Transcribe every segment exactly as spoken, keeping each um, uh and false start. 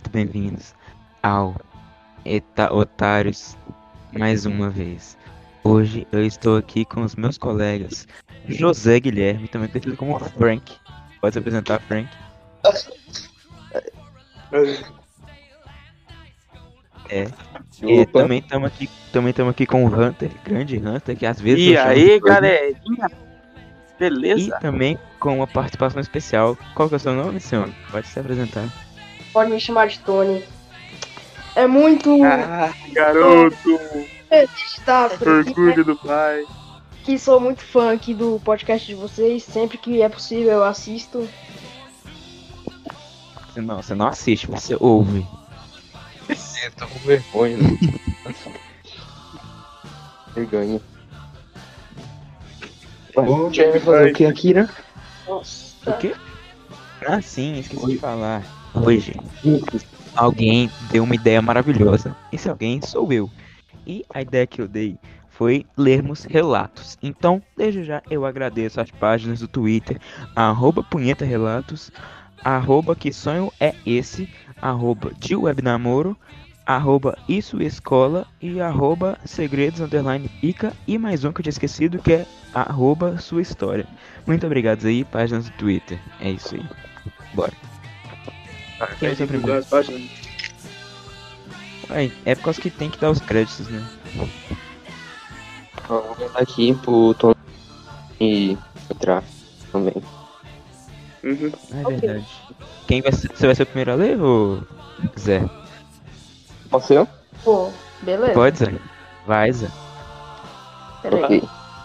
muito bem-vindos ao Eta Otários mais uma vez. Hoje eu estou aqui com os meus colegas José Guilherme, também conhecido como Frank. Pode se apresentar, Frank? É. E Opa. também estamos aqui, também estamos aqui com o Hunter, grande Hunter, que às vezes E eu chamo aí, de Furby. galerinha? E Beleza? também com uma participação especial. Qual que é o seu nome, senhor? Pode se apresentar. Pode me chamar de Tony. É muito Ah, garoto! feliz de estar por aqui, né? Orgulho do pai. Que sou muito fã aqui do podcast de vocês. Sempre que é possível eu assisto. Você não, você não assiste, você ouve. Eu tô com vergonha. Né? Vergonha. Ué, já vai fazer o que, Akira? Nossa. O quê? Ah, sim, esqueci de falar. Hoje, alguém deu uma ideia maravilhosa. Esse alguém sou eu. E a ideia que eu dei foi lermos relatos. Então, desde já, eu agradeço as páginas do Twitter, arroba punheta relatos, arroba que sonho é esse, arroba de webnamoro, arroba isso escola e arroba segredos underline pica e mais um que eu tinha esquecido que é arroba sua história. Muito obrigado aí, páginas do Twitter. É isso aí. Bora. Quem é o seu primeiro? Ué, é por causa que tem que dar os créditos, né? Ó, vou mandar aqui pro Tom e entrar também. Uhum. Ah, é verdade. Quem vai ser, você vai ser o primeiro a ler ou Zé? Posso eu? Pô, beleza. Pode, Zé? Vai, Zé. Peraí. Ok.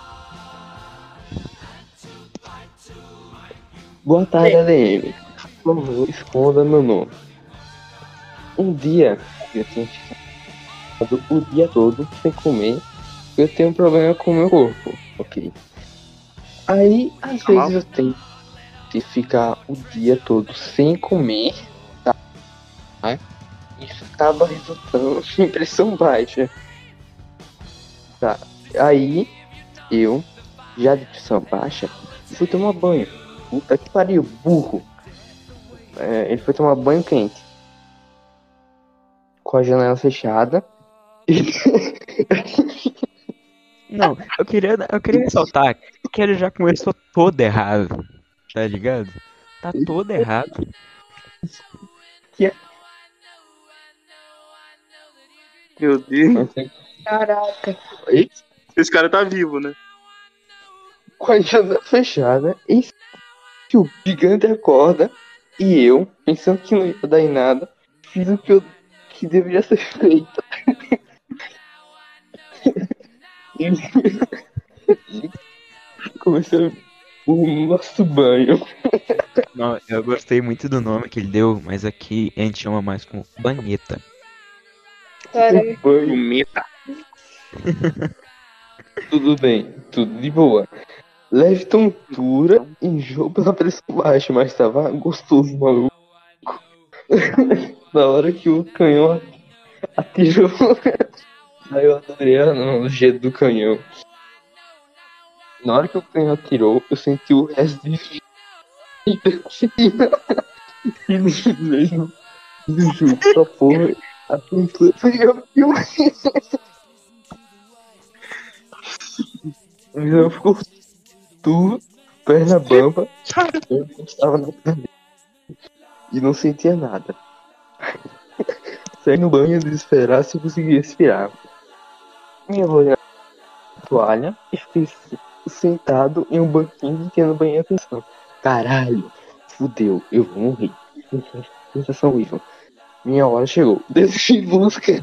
Boa tarde, A D M. Por favor, esconda meu nome. Um dia eu tinha ficado o dia todo sem comer. Eu tenho um problema com o meu corpo, ok? Aí, às Tá mal? vezes eu tenho que ficar o dia todo sem comer, tá? Isso acaba resultando em pressão baixa. Tá, aí eu, já de pressão baixa, fui tomar banho. Puta que pariu, burro. É, ele foi tomar banho quente. Com a janela fechada. Não, eu queria, eu queria ressaltar que ele já começou todo errado. Tá ligado? Tá todo errado. Meu Deus. Caraca. Aí, Esse cara tá vivo, né? com a janela fechada, eis que o gigante acorda e eu, pensando que não ia dar em nada, fiz o que eu que deveria ser feito. E comecei o nosso banho. Não, eu gostei muito do nome que ele deu, mas aqui a gente chama mais como banheta. Caraca. Banho. Fumeta. Tudo bem, tudo de boa. Leve tontura, enjoo pela pressão baixa, mas tava gostoso, maluco. Na hora que o canhão atirou, aí eu adorei a analogia do canhão. Na hora que o canhão atirou, eu senti o resto de vida. E mesmo, juro, essa porra, a tontura foi eu que eu. Eu ficou tudo, perna bamba, eu estava na parede e não sentia nada. Saí no banho desesperado se eu conseguia respirar. Me enrolei na toalha e fiquei sentado em um banquinho que tinha no banheiro pensando: caralho, fudeu, eu vou morrer. Sensação horrível. Minha hora chegou. Desci em busca.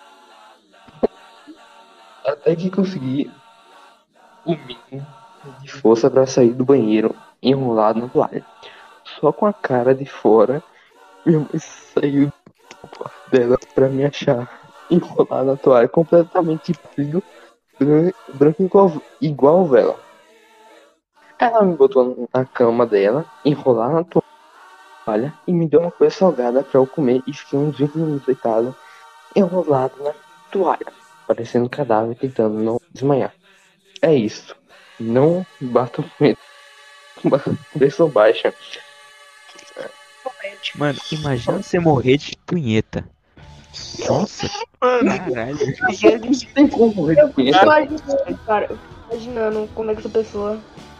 Até que consegui o mínimo de força para sair do banheiro enrolado na toalha. Só com a cara de fora, minha mãe saiu do quarto dela pra me achar enrolado na toalha, completamente frio, bran- branco igual, igual vela. Ela me botou na cama dela, enrolada na toalha, e me deu uma coisa salgada pra eu comer e fiquei uns vinte minutos deitado, enrolado na toalha, parecendo um cadáver tentando não desmaiar. É isso. Não batam com medo. Com pressão baixa. Mano, imagina você morrer de punheta. Nossa, caralho. Não tem como morrer Eu de fico punheta. imaginando, cara. Eu fico imaginando como é que essa pessoa.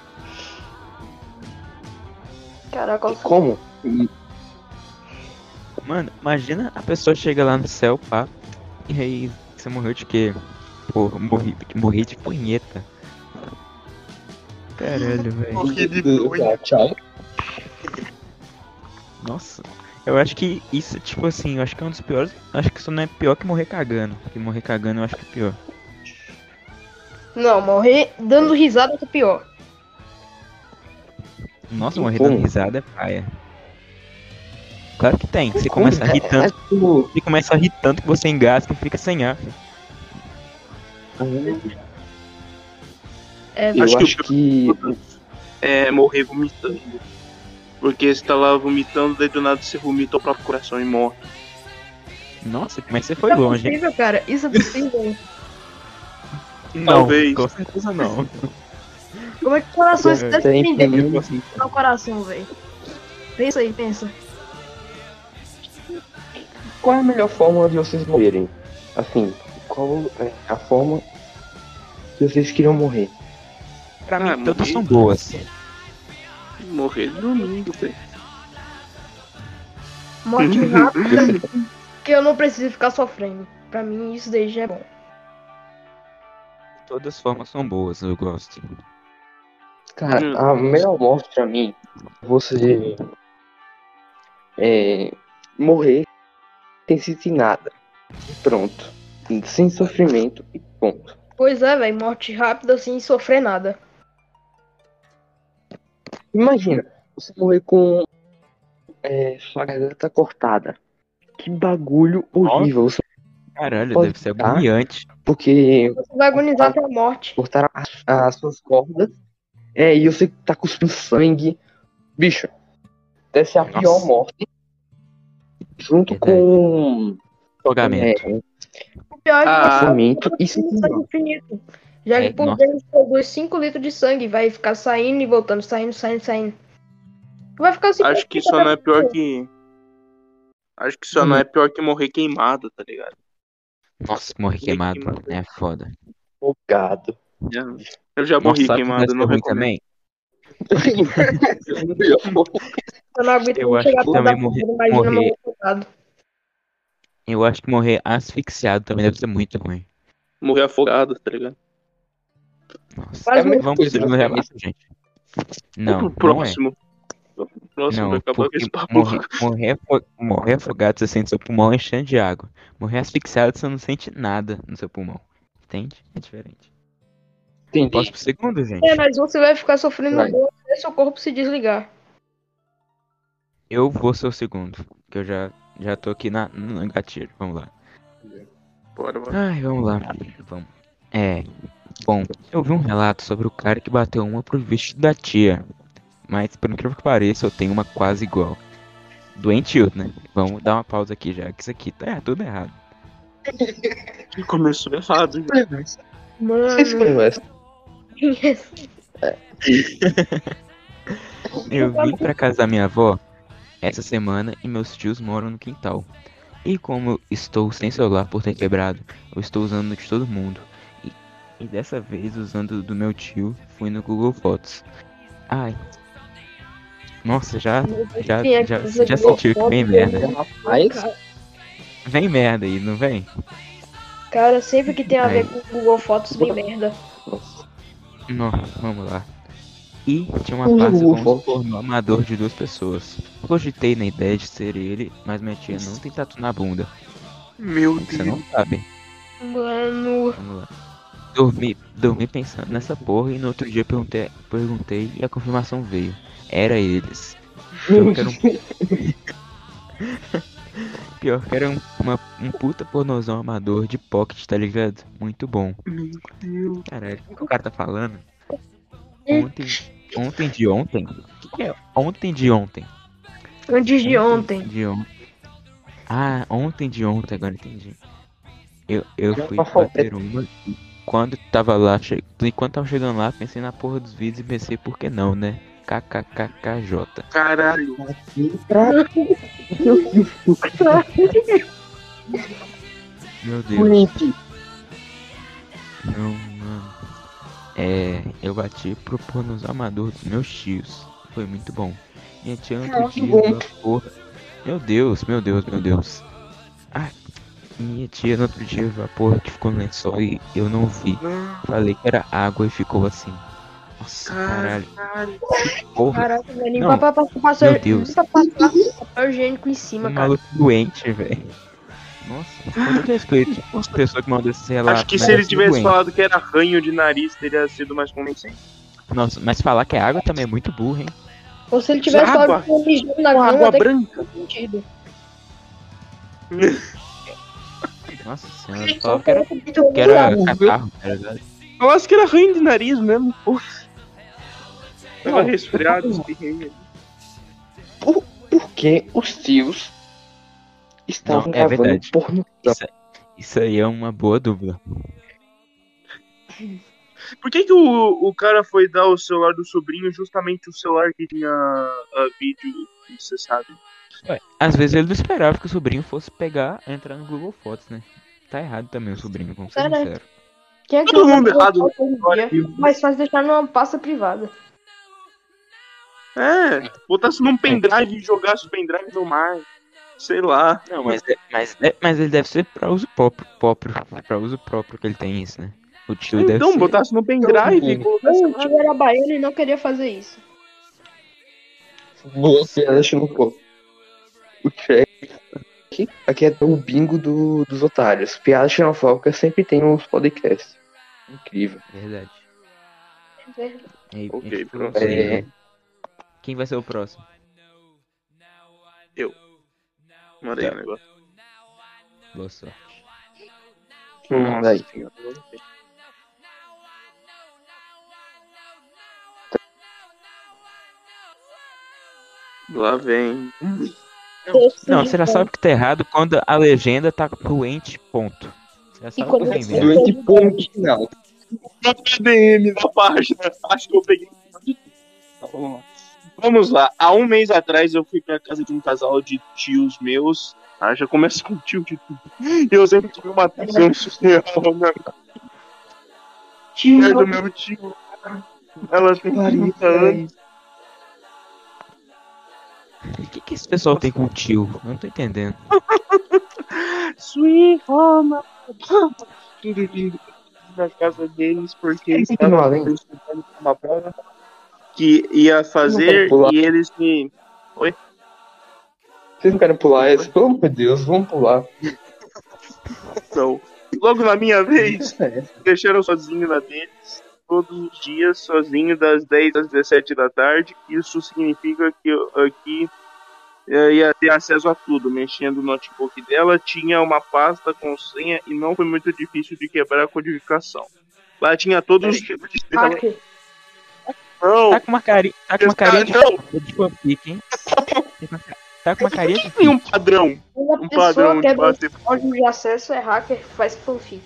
Caraca, olha só. Como? Mano, imagina a pessoa chega lá no céu, pá. E aí, você morreu de quê? Pô, morri, morri de punheta. Caralho, velho. Morri de punheta. Tchau. Nossa, eu acho que isso, tipo assim, eu acho que é um dos piores. Acho que isso não é pior que morrer cagando. Porque morrer cagando eu acho que é pior. Não, morrer dando risada é pior. Nossa, Tem morrer como? dando risada é paia. Claro que tem. Você Como? começa a rir É, é tanto. tipo, Você começa a rir tanto que você engasga e fica sem ar. É, eu Acho acho, que que. É morrer vomitando. Porque você tá lá vomitando, daí do nada você vomita o próprio coração e morre. Nossa, como é que você isso foi é longe, hein? possível, cara. Isso é possível. Não, Talvez. com certeza não. Como é que o coração É, se deve tem- prender tem- no coração, velho? Pensa aí, pensa. Qual é a melhor forma de vocês morrerem? Assim, qual é a forma que vocês queriam morrer? Pra Ah, mim, todas morri. são boas. Morrer dormindo, velho. Morte rápida, que eu não preciso ficar sofrendo. Pra mim, isso daí já é bom. Todas as formas são boas, eu gosto. Cara, Hum. a melhor morte pra mim é você é, morrer sem sentir nada. E pronto. Sem sofrimento e ponto. Pois é, velho. Morte rápida sem sofrer nada. Imagina, você morrer com é, sua garganta cortada. Que bagulho horrível. Você Caralho, pode deve ser ficar, agoniante. porque Você vai agonizar até a morte. cortaram as, as suas cordas. É, e você tá cuspindo sangue. Bicho, deve ser a Nossa. pior morte. Junto Verdade. com Afogamento. é, O pior é que Ah, você afamento vai e ter sangue sangue. infinito. Já É, que por nossa. dentro produz cinco litros de sangue. Vai ficar saindo e voltando, saindo, saindo, saindo. Vai ficar assim. acho que só não é pior que. Acho que só não é pior que morrer queimado, tá ligado? Nossa, morrer queimado. queimado. É foda. Folgado. Já- Eu já Nossa, morri sabe o que queimado, deve eu não ser ruim recomendo. também? Eu não aguento Eu nem acho chegar que perto da também morrer- fogueira, imagina morrer- morrer afogado. Eu acho que morrer asfixiado também deve ser muito ruim. Morrer afogado, tá ligado? Nossa. Quase É a mesma Vamos pro coisa, segundo basicamente. relato, gente? Não, Vamos pro não é. próximo. Próximo, vai Não, acabar com porque esse papo. morrer, morrer, afo- morrer afogado você sente seu pulmão enchendo de água. Morrer asfixiado você não sente nada no seu pulmão. Entende? É diferente. Posso Entendi. pro segundo, gente? É, mas você vai ficar sofrendo Vai. dor até seu corpo se desligar. Eu vou ser o segundo, que eu já, já tô aqui na, no gatilho. Vamos lá. Bora, bora. Ai, vamos lá. Vamos. É. Bom, eu vi um relato sobre o cara que bateu uma pro vestido da tia. Mas, por incrível que pareça, eu tenho uma quase igual. Doentio, né? Vamos dar uma pausa aqui já, que isso aqui tá tudo errado. Começou errado. já. Vocês Mano. conhecem? Eu vim pra casa da minha avó essa semana e meus tios moram no quintal. E como eu estou sem celular por ter quebrado, eu estou usando de todo mundo. E, e dessa vez, usando do meu tio, fui no Google Fotos. Ai. Nossa, já, já, Sim, é já, que você já você sentiu que vem merda. Rapaz, Cara, Vem merda aí, não vem? cara, sempre que tem a ver Aí. com o Google Fotos, vem merda. Não, vamos lá. E tinha uma Usa o pasta Google com um Fotos. pornô amador de duas pessoas. Cogitei na ideia de ser ele, mas minha tia não tem tatu na bunda. Meu Você Deus. não sabe. Mano. Vamos lá. Dormi, dormi pensando nessa porra e no outro dia perguntei, perguntei e a confirmação veio. Era eles. Pior que era um, pior que era um, uma, um puta pornozão amador de pocket, tá ligado? Muito bom. Meu Deus. Caralho, o que o cara tá falando? Ontem, ontem de ontem? O que, que é ontem de ontem? Antes de ontem. De ontem. Ah, ontem de ontem, agora entendi. Eu, eu Já fui tá faltando. bater uma. Quando tava lá, che... enquanto tava chegando lá, pensei na porra dos vídeos e pensei, por que não, né? KKKKJ. Caralho. Meu Deus. Não, mano. É, eu bati pro pornos amador dos meus tios. Foi muito bom. Minha tia no outro dia, viu a porra. Meu Deus, meu Deus, meu Deus. Ah, minha tia no outro dia viu a porra que ficou no lençol e eu não vi. Falei que era água e ficou assim. Nossa, caralho. Que porra. Caraca, velho. Não, Limpa pra passar meu Deus. papel higiênico em cima, Um cara. maluco doente, velho. Nossa, com todo respeito. As pessoas que mandam esse relato. Acho que se merece ele ser tivesse doente. falado que era ranho de nariz, teria sido mais convincente. Nossa, mas falar que é água também é muito burro, hein? Ou se ele tivesse Água. falado que eu mijando na Com cama, água até que branca. faz sentido. Nossa senhora, falava que era, que era catarro, tá ligado? Eu acho que era ranho de nariz mesmo, porra. Tava Não, resfriado, não. espirrei. Por, por que os tios estavam Não, é gravando verdade. porno? Isso, isso aí é uma boa dúvida. Por que que o, o cara foi dar o celular do sobrinho justamente o celular que tinha ah, vídeo, você sabe? Ué, às vezes ele não esperava que o sobrinho fosse pegar, entrar no Google Fotos, né? Tá errado também o sobrinho, vamos ser Cara, sinceros. Quem é que Todo usa mundo Google errado Fotos hoje em dia? Mas faz deixar numa pasta privada. É, botasse num pendrive e jogasse o pendrive no mar. Sei lá. Não, mas, é- mas, é- mas ele deve ser pra uso próprio, próprio, pra uso próprio que ele tem isso, né? O tio deve Então, ser... botasse no pendrive e colocasse O lá. tio era baiano e não queria fazer isso. Você acha no pô. O check. Aqui é o bingo do, dos otários. Piada xenofóbica sempre tem uns podcasts. Incrível. Verdade. E aí, Ok, a gente pronto. falou isso aí, É. né? Quem vai ser o próximo? Manda aí Tá. o negócio. Boa sorte. Hum, daí. Lá vem. Não, você já sabe que tá errado quando a legenda tá doente, ponto. Você já sabe quando que tem você- merda. Doente ponto final. D M da página. Acho que eu peguei. Tá, vamos lá. Vamos lá. Há um mês atrás eu fui pra casa de um casal de tios meus. Ah, já começa com tio de tudo. Eu sempre tive uma atenção social, né? Tio é do meu tio. Ela tem trinta anos. O que, que esse pessoal tem com o tio? Eu não tô entendendo. Sweet home. Tudo lindo na casa deles porque Não, estava além. participando de uma prova que ia fazer pular. e eles me. Vocês não querem pular essa? Pelo amor de Deus, vamos pular. Então, logo na minha vez, É. deixaram sozinho na deles, todos os dias, sozinho, das dez às dezessete da tarde. Isso significa que eu aqui eu ia ter acesso a tudo. Mexendo no notebook dela, tinha uma pasta com senha e não foi muito difícil de quebrar a codificação. Lá tinha todos os tipos de Hacker. não, Tá com uma carinha, tá com uma carinha de, não, de fanfic, hein? Tá com uma carinha de tem um padrão, Quando a um pessoa padrão de quebra bater. o código de acesso, é hacker, faz fanfic.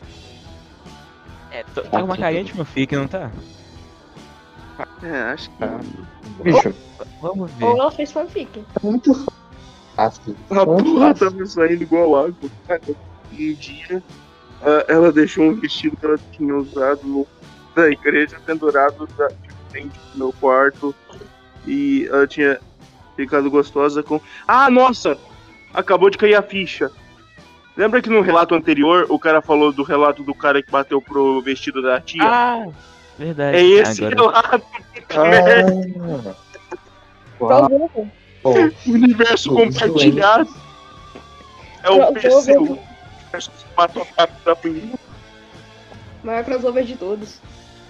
É, tô- tá com uma carinha de fanfic, não tá? É, acho que Bicho, Vamos ver. Ou ela fez fanfic. tá muito fácil. a porra tava saindo igual água. Um dia, ah, ela deixou um vestido que ela tinha usado no, da igreja pendurado da, de frente do meu quarto e ela tinha ficado gostosa com. Ah, nossa! Acabou de cair a ficha. Lembra que no relato anterior o cara falou do relato do cara que bateu pro vestido da tia? Ah, verdade. é esse Agora, relato. Ah, uau. Crossover. Bom, Universo Dois compartilhado. É o Crossover. P C. O universo cinematográfico da Pinguim. Maior crossover de todos.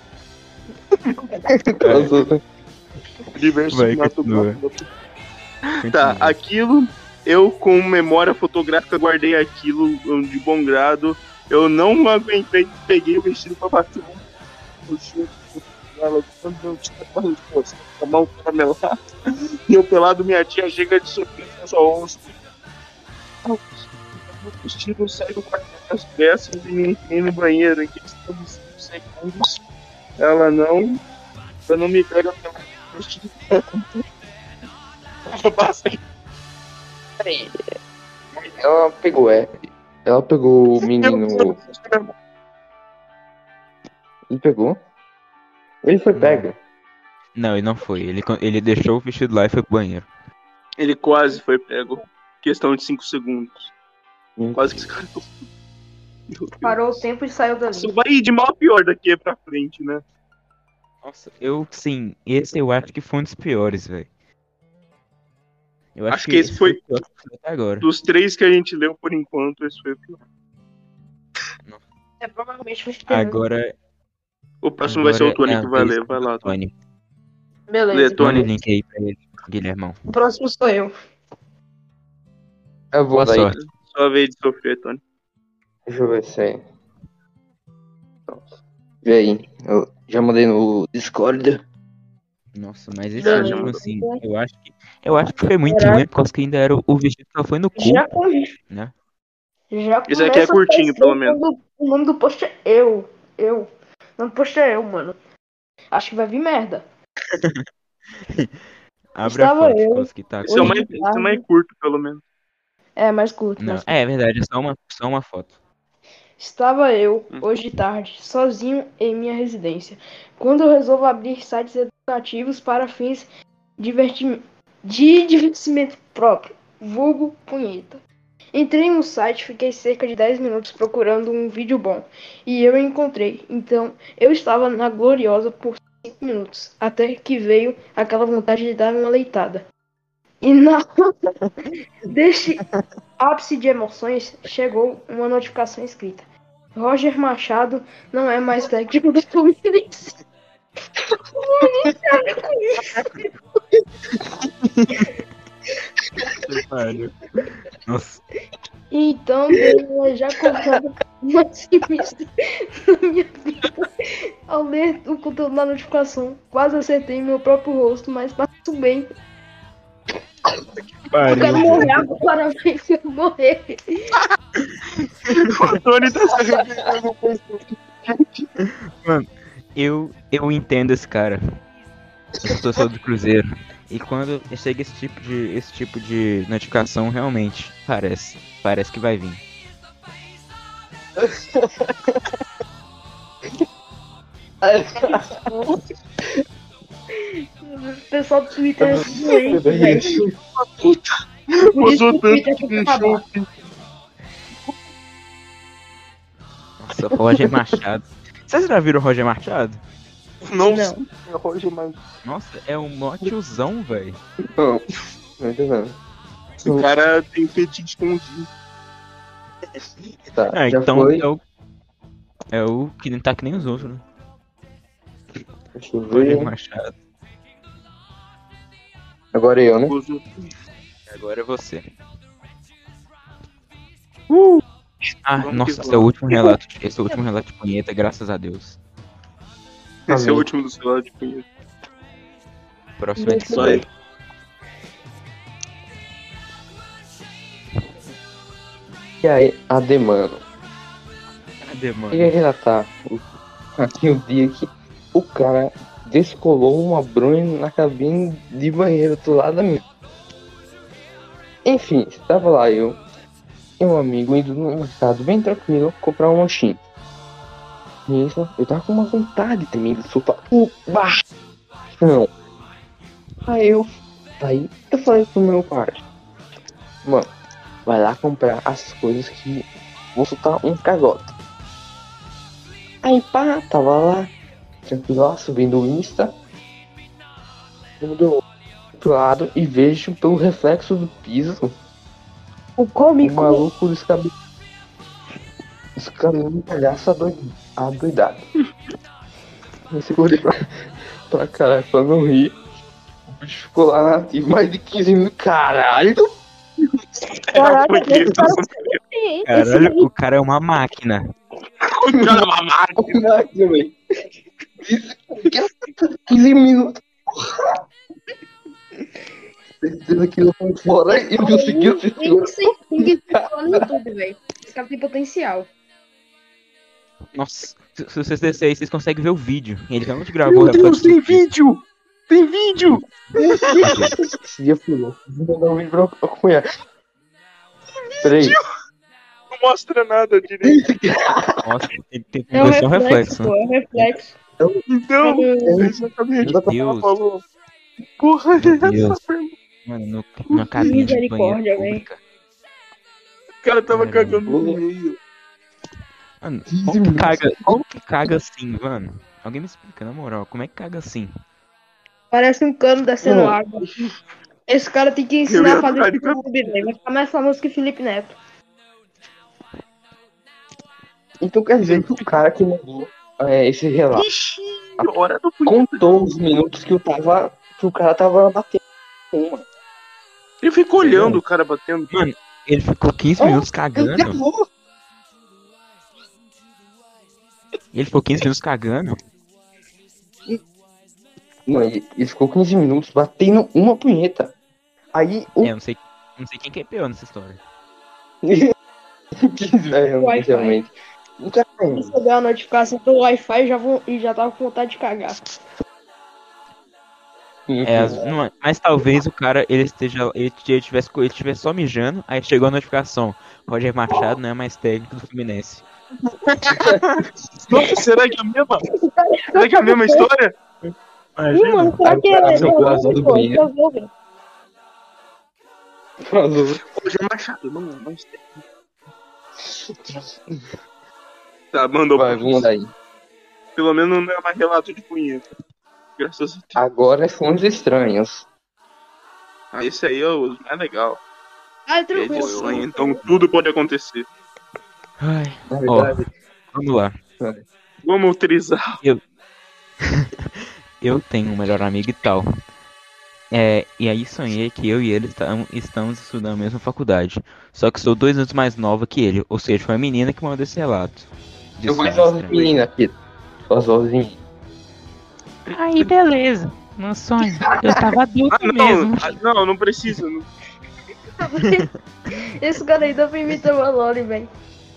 crossover. Universo Vai, cinematográfico da continua. Pinguim. Tá, aquilo, eu com memória fotográfica guardei aquilo um, de bom grado. Eu não aguentei, peguei o vestido pra bater no chute. Ela quando eu tinha quase fosse a mão pra melar. E eu pelado, minha tia chega de surpresa, eu só ouço. O vestido sai do quarto das peças e me entrei no banheiro em questão de cinco segundos. Ela não. Ela não me pega pela Peraí. Ela pegou, é. Ela pegou o menino. Ele pegou? Ele foi Não. pego. Não, ele não foi. Ele, ele deixou o vestido lá e foi pro banheiro. Ele quase foi pego. Questão de cinco segundos. Hum. Quase que esse cara. Meu Deus. Parou o tempo e saiu dali. Isso vai ir de mal a pior daqui pra frente, né? Nossa, eu, sim, esse eu acho que foi um dos piores, velho. Eu acho, Acho que esse foi- o pior que foi até agora. Dos três que a gente leu por enquanto, esse foi o pior. É, provavelmente foi esperando. Agora, O próximo vai ser o agora Tony é a que vai vez ler. Vai lá, do Tony. Tony. Beleza. Lê, Tony. Manda o link aí pra ele, Guilhermão. O próximo sou eu. Eu vou Boa daí. sorte. Só vez de sofrer, Tony. Deixa eu ver se é. Vê aí. Eu já mandei no Discord. Nossa, mas esse Já, último, já. assim, eu acho que. Eu acho que foi muito Caraca. ruim, porque que ainda era o, o vestido que ela foi no cu, Já come. né? Já Esse aqui é começa curtinho, aparecendo pelo menos. quando O nome do post é eu. Eu. O nome do post é eu, mano. Acho que vai vir merda. Abre a Estava foto, eu. Koski, que tá Esse é, o Hoje mais, de esse é o tarde. mais curto, pelo menos. É, mais curto. Não, mais curto. é verdade, é só uma, só uma foto. Estava eu, Hum. hoje de tarde, sozinho em minha residência, quando eu resolvo abrir sites educativos para fins diverti- de divertimento próprio, vulgo punheta. Entrei em um site, fiquei cerca de dez minutos procurando um vídeo bom, e eu encontrei. Então, eu estava na gloriosa por cinco minutos, até que veio aquela vontade de dar uma leitada. E na deste ápice de emoções, chegou uma notificação escrita: Roger Machado não é mais técnico do Fluminense. Nossa, Então, Deus já contando uma sinistra na minha vida. Ao ler o conteúdo da notificação, quase acertei meu próprio rosto, mas passo bem. Eu quero morrer agora, velho. Eu quero morrer. O Tony tá se arrependendo. Mano, eu, eu entendo esse cara. Eu sou torcedor do Cruzeiro. E quando chega esse tipo de, esse tipo de notificação, realmente parece. Parece que vai vir. O pessoal do Twitter é doente, velho. Por isso que Usou o Twitter tanto tem que que acabar. Nossa, Roger Machado. Vocês já viram o Roger Machado? Não, Não. sim, é Roger, mas Nossa, é um mó tiozão, velho. Não, não entendendo. esse cara tem fetiche com o Jim. Tá, Ah, já então foi. é o. É o que não tá que nem os outros, né? Deixa eu Roger ver. Machado. Agora eu, né? Usou. Agora é você. Uh! Ah, Vamos nossa, que esse é o vamos. último relato. Esse é o último relato de punheta, graças a Deus. Esse é o Amém. último do celular de punheta. Próximo é de Deixa eu Só ele. E aí, a demanda. Cadê, mano? Queria relatar aqui o dia que o cara descolou uma bronha na cabine de banheiro do lado da minha. Enfim, estava lá eu e um amigo indo no mercado bem tranquilo comprar um lanchinho. Nisso, eu tava com uma vontade também de soltar o baixão. Aí eu, aí eu falei pro meu pai, mano, vai lá comprar as coisas que vou soltar um cagote. Aí pá, tava lá, tranquilo, lá, subindo o Insta. Eu do outro lado e vejo pelo reflexo do piso O o cômico. maluco descabe... descabelando um palhaço adoid- adoidado. Eu segurei pra, pra caralho pra não rir. O bicho ficou lá na ativa mais de quinze minutos. Caralho! Caraca, Porque esse cara- esse Caralho, o cara é uma máquina. O cara é uma máquina. Máquina, velho. Isso que é quinze minutos. Certeza que eu fui fora e não conseguiu se Tem segurar. que ser tem que ser no YouTube, velho. Esse cara tem potencial. Nossa, se se vocês descerem aí, vocês conseguem ver o vídeo. Ele realmente gravou o Meu Deus, reflexo do tem piso. vídeo! Tem vídeo! Esse dia foi louco. Vou mandar um vídeo pra acompanhar. Peraí. Não mostra nada direito. Nossa, tem, tem É o foi só um reflexo, reflexo, pô, né? é o reflexo. Então, É, é exatamente Meu o que ela Deus. falou. Porra, Meu é Deus. essa, velho? Mano, no, numa cabine de banheiro Misericórdia, pública. O cara tava Caramba. cagando no meio. Mano, quinze como que minutos. caga, como que caga assim, mano? Alguém me explica, na moral, como é que caga assim? Parece um cano descendo Não. água. Esse cara tem que Eu ensinar ia a fazer atrás isso de no YouTube, velho. Vai ficar mais famoso que Felipe Neto. Então quer dizer que o cara que mandou é, esse relato Ixi, hora do contou os minutos que, eu tava, que o cara tava batendo uma. Ele ficou Entendeu? olhando o cara batendo. Mano, ele ficou quinze Oh, minutos Ele cagando. gravou. Ele ficou quinze minutos cagando. Não, ele, ele ficou quinze minutos batendo uma punheta. Aí o. É, eu não sei, não sei quem que é pior nessa história. quinze, é, Wi-Fi. realmente. O cara, Recebeu a notificação pelo Wi-Fi e já, vou, e já tava com vontade de cagar. É, as- não é- mas talvez o cara ele esteja, ele, ele tivesse, ele tivesse só mijando, aí chegou a notificação. Roger Machado não é mais técnico do Fluminense. Nossa, será que é a mesma? Será que é a mesma história? Ih, Imagina. mano, será Aí o que cara é? abriu o vazão do banheiro. Vazou, velho. Hoje é Machado, não, não tem. Tá, mandou Vai, pra vamos mandar aí. Pelo menos não é mais relato de punheta. Graças a Deus. Agora é Sonhos Estranhos. Ah, esse aí é o mais legal. Ah, É de tranquilo. sonho, então tudo pode acontecer. Ai, Na ó, verdade, vamos lá. Vamos utilizar. Eu tenho um melhor amigo e tal. É, e aí sonhei que eu e ele tam- estamos estudando na mesma faculdade. Só que sou dois anos mais nova que ele. Ou seja, foi a menina que mandou esse relato. de eu vou sonho só as estranho. meninas aqui. Só as vozinhas. Aí, beleza. No sonho. Eu tava adulto Ah, não, ah, não, não precisa. Não. Esse cara aí dá pra imitar o Loli, velho.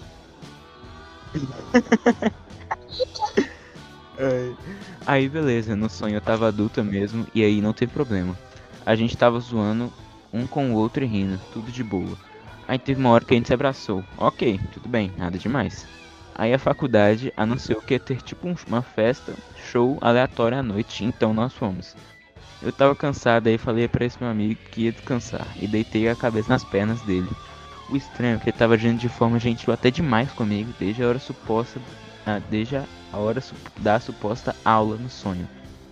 Aí beleza, no sonho eu tava adulta mesmo e aí não teve problema. A gente tava zoando um com o outro e rindo, tudo de boa. Aí teve uma hora que a gente se abraçou. Ok, tudo bem, nada demais. Aí a faculdade anunciou que ia ter tipo um- uma festa, show aleatório à noite, então nós fomos. Eu tava cansado aí falei pra esse meu amigo que ia descansar e deitei a cabeça nas pernas dele. O estranho é que ele tava agindo de forma gentil até demais comigo desde a hora suposta, ah, desde a hora su- da suposta aula no sonho.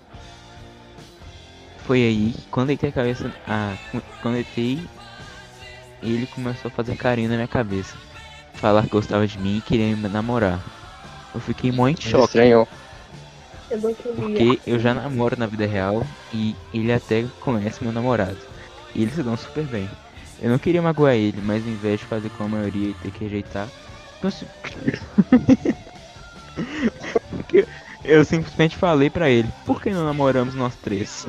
Foi aí que quando deitei a cabeça, ah, cu- quando deitei, ele começou a fazer carinho na minha cabeça, falar que gostava de mim e queria me namorar. Eu fiquei mó em choque. Estranho. Eu não queria. Porque eu já namoro na vida real e ele até conhece meu namorado. E eles se dão super bem. Eu não queria magoar ele, mas ao invés de fazer com a maioria e ter que rejeitar, eu, si- Porque eu simplesmente falei pra ele, por que não namoramos nós três?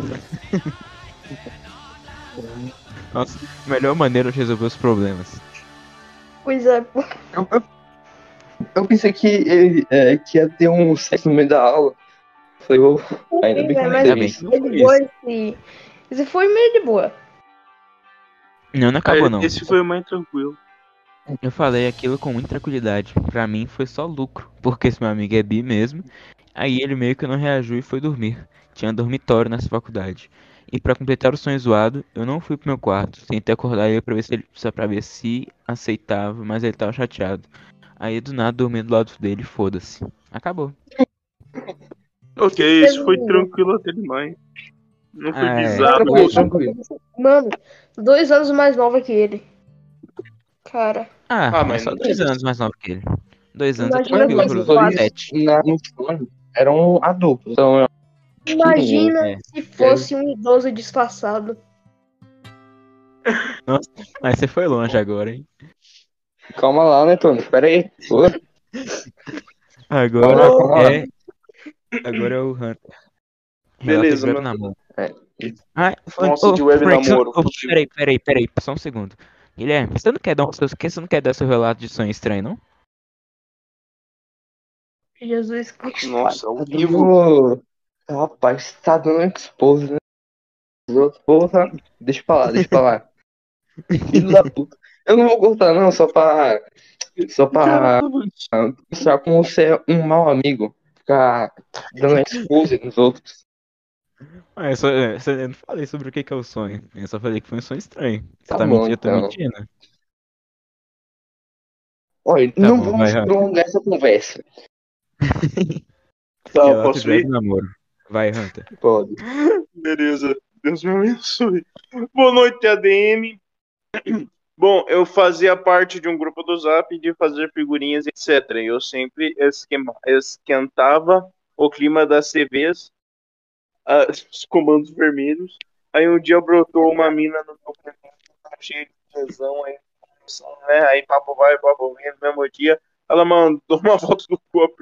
Nossa, melhor maneira de resolver os problemas. Pois é, pô. Eu, eu, eu pensei que ele é, que ia ter um sexo no meio da aula. Falei, ô, ainda bem que não Mas Ainda teve bem isso. que não foi foi de boa isso. esse. Esse foi meio de boa. Não, não acabou não. Esse foi o mais tranquilo. Eu falei aquilo com muita tranquilidade. Pra mim foi só lucro, porque esse meu amigo é bi mesmo. Aí ele meio que não reagiu e foi dormir. Tinha dormitório nessa faculdade. E pra completar o sonho zoado, eu não fui pro meu quarto. Tentei acordar ele pra ver se ele, só pra ver se aceitava, mas ele tava chateado. Aí do nada dormi do lado dele, foda-se. Acabou. Ok, isso foi tranquilo até demais. Não foi Ah, é. bizarro. Tranquilo, tranquilo. Mano, dois anos mais nova que ele. Cara, Ah, Ah, mas mas só não dois tem- anos mais novo que ele. Dois anos Imagina é tranquilo Mas dois os pro dois sete. na, no sonho eram adultos. Então, eu acho que imagina É. se fosse um idoso disfarçado. Nossa, mas você foi longe agora, hein? calma lá, né, Tony? Pera aí. Ô, Agora calma lá, calma lá. é. Agora é o Hunter. Beleza, Relato de web mano. namoro. É. Ah, Nossa, ô, de web Frank, você- namoro. ô, peraí, peraí, peraí, só um segundo. Guilherme, você não quer dar um, você você não quer dar seu relato de sonho estranho, não? Jesus Cristo. Nossa, ao Tá vivo. dando... Rapaz, tá dando expose, né? Os outros, porra, deixa pra lá, deixa pra lá. Filho da puta. Eu não vou cortar, não, só pra. Só pra mostrar como você é um mau amigo. Ficar dando expose nos outros. Ah, eu, só, eu só- eu não falei sobre o que que é o sonho. Eu só falei que foi um sonho estranho. Você Tá tá bom, mentindo, eu tô então. mentindo. Olha, Tá não bom, vai, vamos Hunter. prolongar essa conversa. Tá, Relato posso de web ir? namoro. Vai, Hunter. Pode. Beleza. Deus me abençoe. Boa noite, A D M. Bom, eu fazia parte de um grupo do Zap de fazer figurinhas, etcétera. Eu sempre esquema- esquentava o clima das C Vs, ah, os comandos vermelhos. Aí um dia brotou uma mina no meu canal, cheio de tesão, aí, né? Aí papo vai, papo vem, no mesmo dia. Ela mandou uma foto do corpo.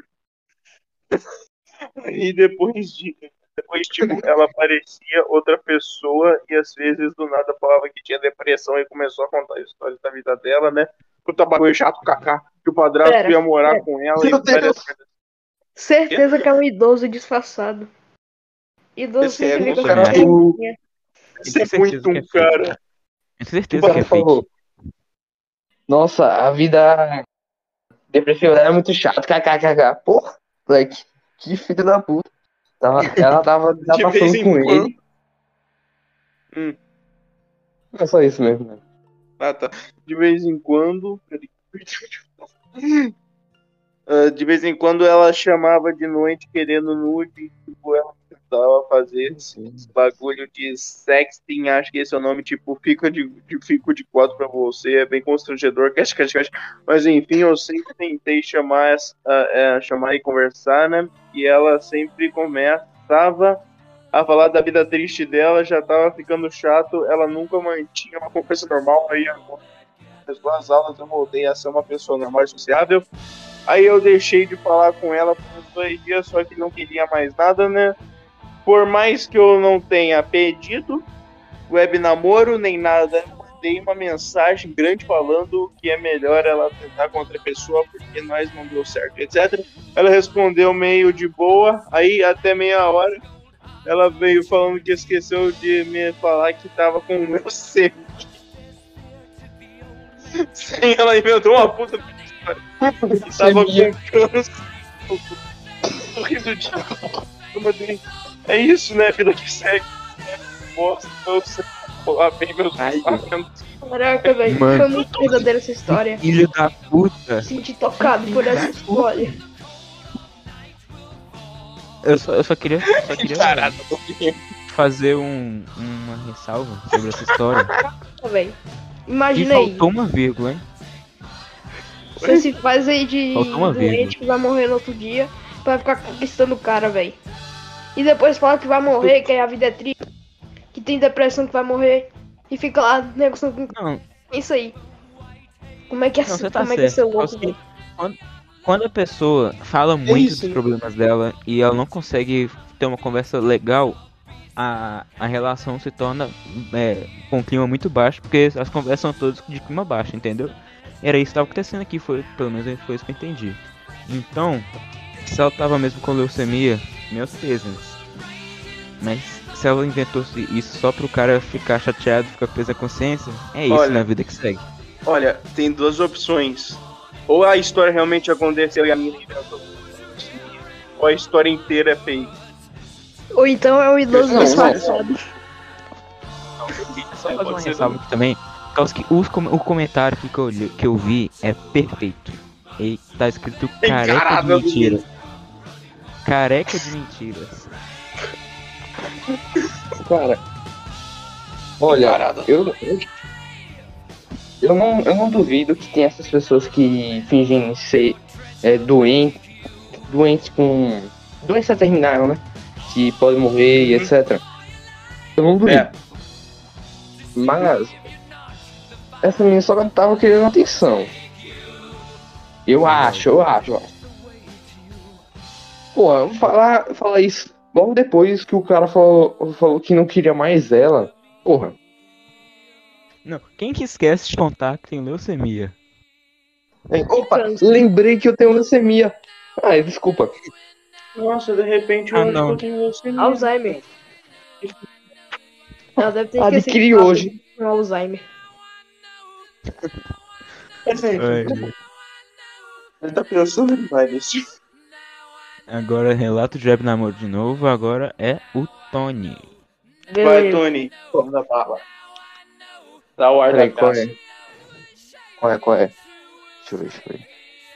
E depois de, depois, tipo, ela parecia outra pessoa e às vezes do nada falava que tinha depressão e começou a contar histórias da vida dela, né? Que o tabaco é chato, kaká, que o padrasto Pera, ia morar pera. com ela e Meu várias Deus! coisas. Certeza que é um idoso disfarçado. Idoso Esse é, sempre O fica Eu com também cara acho. essa do. coisinha. Eu esse tenho é certeza muito que um é fake. cara. Eu tenho O certeza que cara é fake. falou. Nossa, a vida depressiva dela é muito chata. Kkkk. Porra, moleque. Que filho da puta. Tava- Ela tava De vez desabafando em com quando. ele. Hum, É só isso mesmo, né? ah, tá. De vez em quando. Ah, de vez em quando ela chamava de noite querendo nude, tipo, ela tentava fazer esse, esse bagulho de sexting, acho que esse é o nome, tipo, fica de, de fico de quatro pra você, é bem constrangedor, cash, cash, cash. Mas enfim, eu sempre tentei chamar, essa- ah, é, chamar e conversar, né? E ela sempre começava a falar da vida triste dela, já tava ficando chato, ela nunca mantinha uma conversa normal, aí agora, nas duas aulas eu voltei a ser uma pessoa normal e sociável. Aí eu deixei de falar com ela por uns dois dias, só que não queria mais nada, né? Por mais que eu não tenha pedido web namoro nem nada, eu mandei uma mensagem grande falando que é melhor ela tentar com outra pessoa porque nós não deu certo, etcétera. Ela respondeu meio de boa, aí até meia hora ela veio falando que esqueceu de me falar que tava com o meu semi. Sim, ela inventou uma puta história. Que tava com câncer. Sorriso de é isso, né? Vida que segue. Mostra eu sei falar bem meus pensamentos. Caraca, velho. Mano. Foi muito verdadeira essa história. Filho da puta. Senti tocado por essa história. Eu só, eu só queria, só queria Caralho, fazer um, uma ressalva sobre essa história. Caraca, velho. E Imagina aí. faltou uma vírgula, hein? Você se faz aí de Faltou uma vírgula. doente que vai morrer no outro dia pra ficar conquistando o cara, velho. E depois fala que vai morrer, que a vida é triste, que tem depressão que vai morrer. E fica lá negociando com Não, isso aí. Como é que é, não, você tá como é, que é certo. ser Só louco, que velho? quando, quando a pessoa fala muito isso, dos né? problemas dela e ela não consegue ter uma conversa legal, a, a relação se torna é, com um clima muito baixo, porque as conversas são todas de clima baixo, entendeu? Era isso que estava acontecendo aqui, foi, pelo menos foi isso que eu entendi. Então, se ela tava mesmo com leucemia, meus pêsames. Mas se ela inventou isso só pro cara ficar chateado, ficar com peso na consciência, é isso Olha. na vida que segue. Olha, tem duas opções. Ou a história realmente aconteceu e a mina inventou, ou a história inteira é fake. Ou então é o idoso Não, não. disfarçado. Só É, fazer uma pode ser ressalva aqui também. Por causa que os com- o comentário aqui que eu, li- que eu vi é perfeito. E tá escrito careca de Encarável, mentira. Careca de mentiras. Cara, olha, Parada. eu, eu, eu, não, eu não duvido que tem essas pessoas que fingem ser é, doentes, doentes com doença terminal, né? Que podem morrer e Uhum. etcétera. Eu não duvido. É, Mas essa menina só tava querendo atenção. Eu acho, eu acho, eu acho. Porra, eu vou falar, falar isso logo depois que o cara falou, falou que não queria mais ela. Porra. Não, quem que esquece de contar que tem leucemia? É, opa, câncer. lembrei que eu tenho leucemia. Ai, desculpa. nossa, de repente eu Ah, acho não. que eu tenho leucemia. Alzheimer. Ela deve ter Adquiri esquecido hoje. com Alzheimer. Ai, Ele tá pensando demais nisso. agora relato de web namoro de novo. Agora é o Tony. Vai, Beleza. Tony. Manda bala. Dá o ar da Peraí, qual graça. é? Qual é, qual é? Deixa eu ver, deixa eu ver.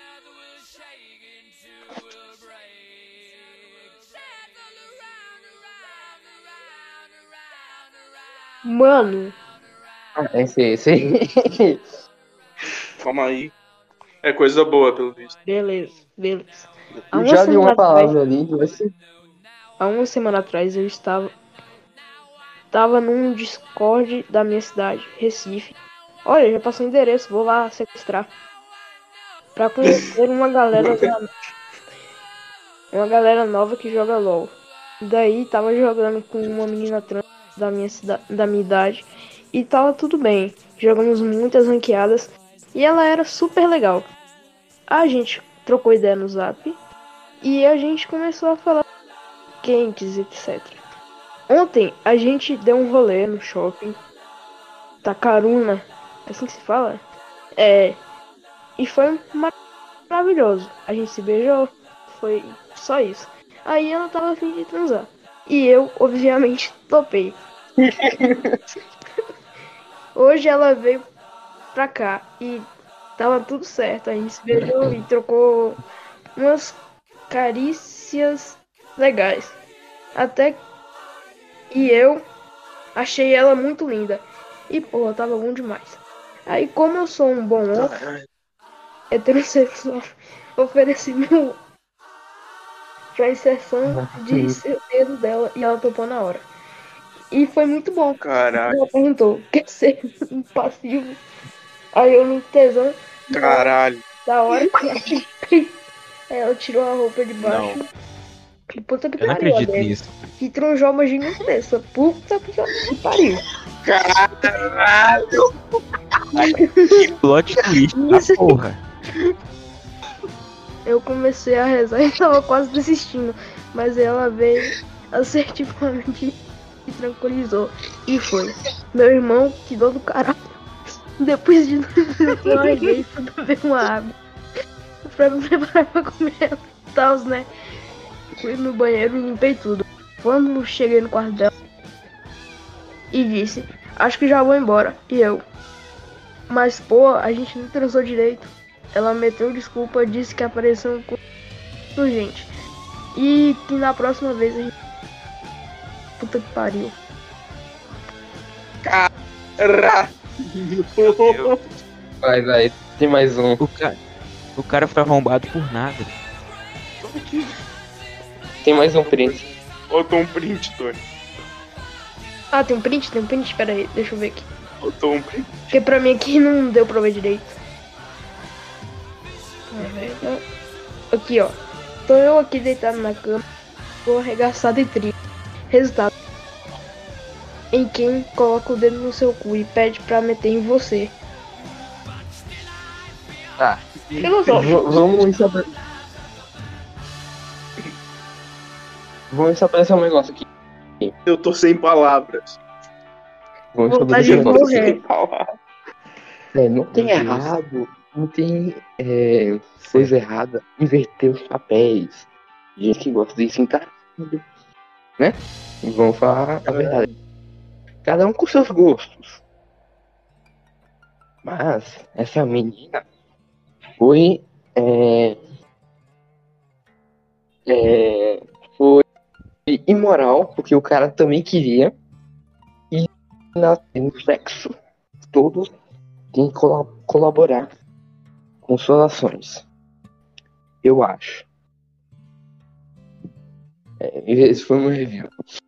Mano, Ah, esse, esse. Calma aí. É coisa boa, pelo visto. beleza, beleza. Há Eu uma já li semana uma atrás, palavra ali, vai ser. há uma semana atrás eu estava estava num Discord da minha cidade, Recife. Olha, já passou o endereço, vou lá sequestrar. Pra conhecer uma galera da- uma galera nova que joga LOL. Daí tava jogando com uma menina trans da minha cidade, da minha idade e tava tudo bem. Jogamos muitas ranqueadas e ela era super legal. A gente trocou ideia no Zap e a gente começou a falar quentes, etcétera. Ontem a gente deu um rolê no shopping Tacaruna, é assim que se fala? É, e foi mar- maravilhoso. A gente se beijou, foi só isso. Aí ela tava a fim de transar. E eu, obviamente, topei. Hoje ela veio pra cá e tava tudo certo. A gente se beijou e trocou umas carícias legais. Até que eu achei ela muito linda. E porra, tava bom demais. Aí como eu sou um bom homem heterossexual, ofereci meu pra inserção de ser o dedo dela e ela topou na hora. E foi muito bom. Caralho. Ela perguntou, quer ser um passivo? Aí eu no tesão, Caralho. da hora. Aí ela tirou a roupa de baixo. Não. Que puta que Eu não pariu, acredito Adele. nisso. Que tronjoma gigantesca. Puta que pariu. Caralho. Plot twist Isso. da porra. Eu comecei a rezar e tava quase desistindo. Mas ela veio assertivamente e tranquilizou. E foi. Meu irmão, que dor do caralho. Depois de eu larguei e fui beber uma água. Pra me preparar pra comer tal, né? Fui no banheiro e limpei tudo. Quando cheguei no quarto dela e disse, acho que já vou embora. E eu, mas pô, a gente não transou direito. Ela meteu desculpa, disse que apareceu com urgente. E que na próxima vez a gente. Puta que pariu. Caralho. Vai, vai. Tem mais um. O cara, o cara foi arrombado por nada. Tem mais um print. Botou um print, Tony. Ah, tem um print? Tem um print? Pera aí, deixa eu ver aqui. Botou um print. Porque pra mim aqui não deu pra ver direito. Aqui, ó. Tô eu aqui deitado na cama, tô arregaçado e triste. Resultado. Em quem coloca o dedo no seu cu e pede pra meter em você. Tá. Filosófico. V- vamos estabelecer. Vamos estabelecer um negócio aqui. Eu tô sem palavras. Vamos Vontade estabelecer de um Eu tô negócio morrer. aqui. sem palavras. É, não tem Deus. errado, não tem é, coisa errada. Inverter os papéis. Gente que gosta disso, tá? Né? E vamos falar a verdade. Cada um com seus gostos. Mas essa menina foi. É, é, foi imoral, porque o cara também queria. E na, no sexo, todos têm que cola- colaborar com suas ações. Eu acho. É, esse foi o meu review.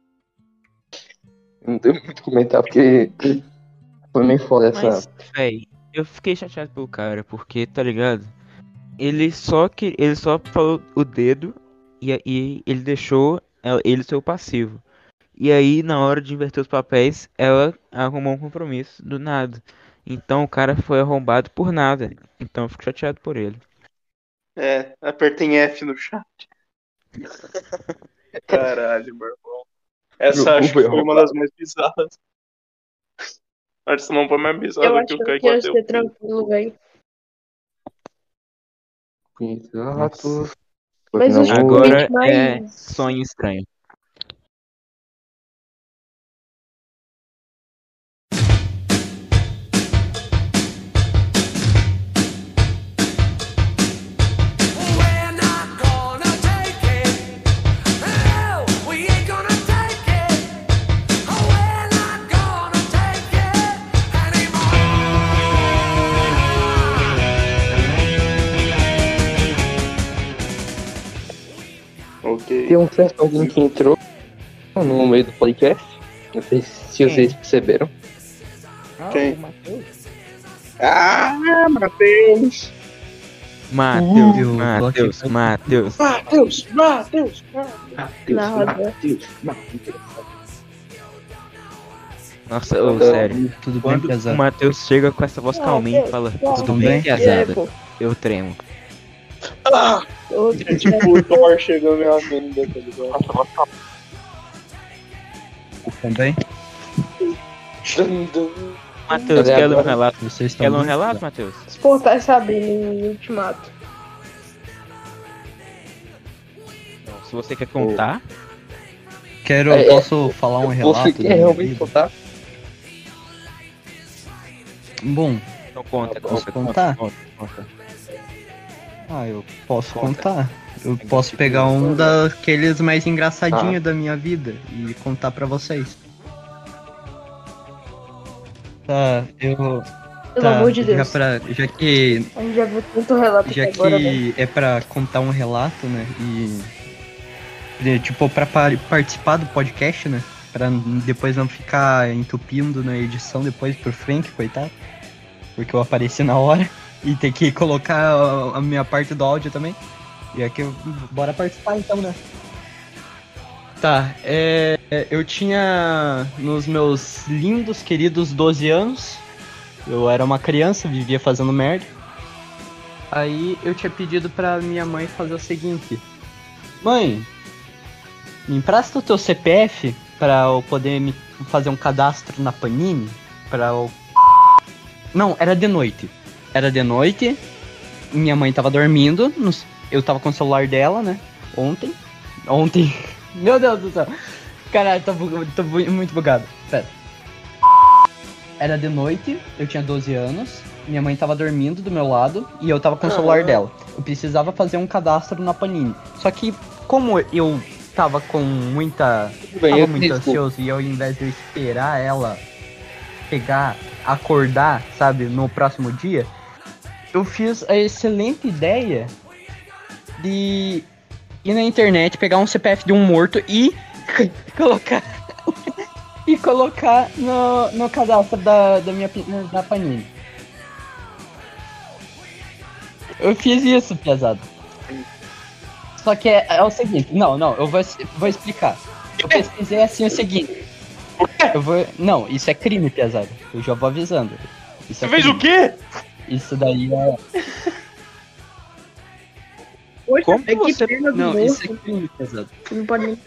Não tenho muito a comentar porque foi meio foda essa. Mas, véi, eu fiquei chateado pelo cara, porque, tá ligado? Ele só que ele só falou o dedo e aí ele deixou ela- ele ser o passivo. E aí, na hora de inverter os papéis, ela arrumou um compromisso do nada. Então o cara foi arrombado por nada. Então eu fico chateado por ele. É, apertem F no chat. Caralho, meu irmão. Essa Meu cu acho que foi foi uma roubado. das mais bizarras. Acho que não foi mais Eu bizarro acho que o que eu Kaique quero bateu. ser tranquilo, velho. Gatos. Mas Não, os Agora tweets mais. é sonho estranho. We're not gonna take it. Hell, we ain't gonna take it. Oh, we're not gonna take it anymore. Ok. tem um certo alguém que entrou no meio do podcast. Não sei se vocês perceberam. Quem? o Matheus. Ah, Matheus! Matheus, eu tô Matheus, aqui. Matheus. Matheus! Matheus! Na roda. Matheus, Matheus. Nossa, ô, sério. Tudo bem, Quando o pesado? Matheus chega com essa voz calminha e fala, tudo Tudo bem, bem? pesada? pô. Eu tremo. Ah! Outro, É tipo o Thor chegando em Asgard, tá ligado? Também? Matheus, Cadê quer ler um agora? relato? Vocês estão Quer ler um bem? relato, Matheus? Exportar Sabrina em Ultimato. Não, se você quer contar, Quero, É, posso falar um relato? Você da quer minha realmente vida? contar? Bom, então conta, Posso conta, contar? conta, conta, conta. ah, eu posso Conta. contar. Eu Tem posso que pegar seguir. um daqueles mais Tá. engraçadinhos da minha vida e contar pra vocês. Tá, eu. Pelo tá, amor de Deus. Já, pra, já que A gente já viu tanto relato Já até agora, velho. que é pra contar um relato, né? E. e, Tipo, pra par- participar do podcast, né? Pra n- depois não ficar entupindo na edição depois pro Frank, coitado. Porque eu apareci na hora e ter que colocar a, a minha parte do áudio também. E aqui, eu- bora participar então, né? Tá, é, eu tinha nos meus lindos, queridos doze anos. Eu era uma criança, vivia fazendo merda. Aí eu tinha pedido pra minha mãe fazer o seguinte: Mãe, me empresta o teu C P F pra eu poder me fazer um cadastro na Panini? Pra eu. Não, era de noite. Era de noite. Minha mãe tava dormindo. nos- Eu tava com o celular dela, né? Ontem. Ontem. Meu Deus do céu. Caralho, tô, bu- tô bu- muito bugado. Pera. Era de noite, eu tinha doze anos, minha mãe tava dormindo do meu lado e eu tava com o celular dela. Eu precisava fazer um cadastro na Panini. Só que, como eu tava com muita. Tudo bem, tava eu muito desculpo. ansioso e ao invés de eu esperar ela pegar, acordar, sabe, no próximo dia, eu fiz a excelente ideia de ir na internet, pegar um C P F de um morto e colocar. E colocar no, no cadastro da, da minha pi- da Panini. Eu fiz isso, pesado. Só que é, é o seguinte, não, não, eu vou, es- vou explicar. Eu pesquisei assim o seguinte. Eu vou. Não, isso é crime, pesado. Eu já vou avisando. Isso Você é fez crime. o quê? Isso daí é. Poxa, Como é que você- pena do Não, isso é morto. crime, pesado. Não pode nem.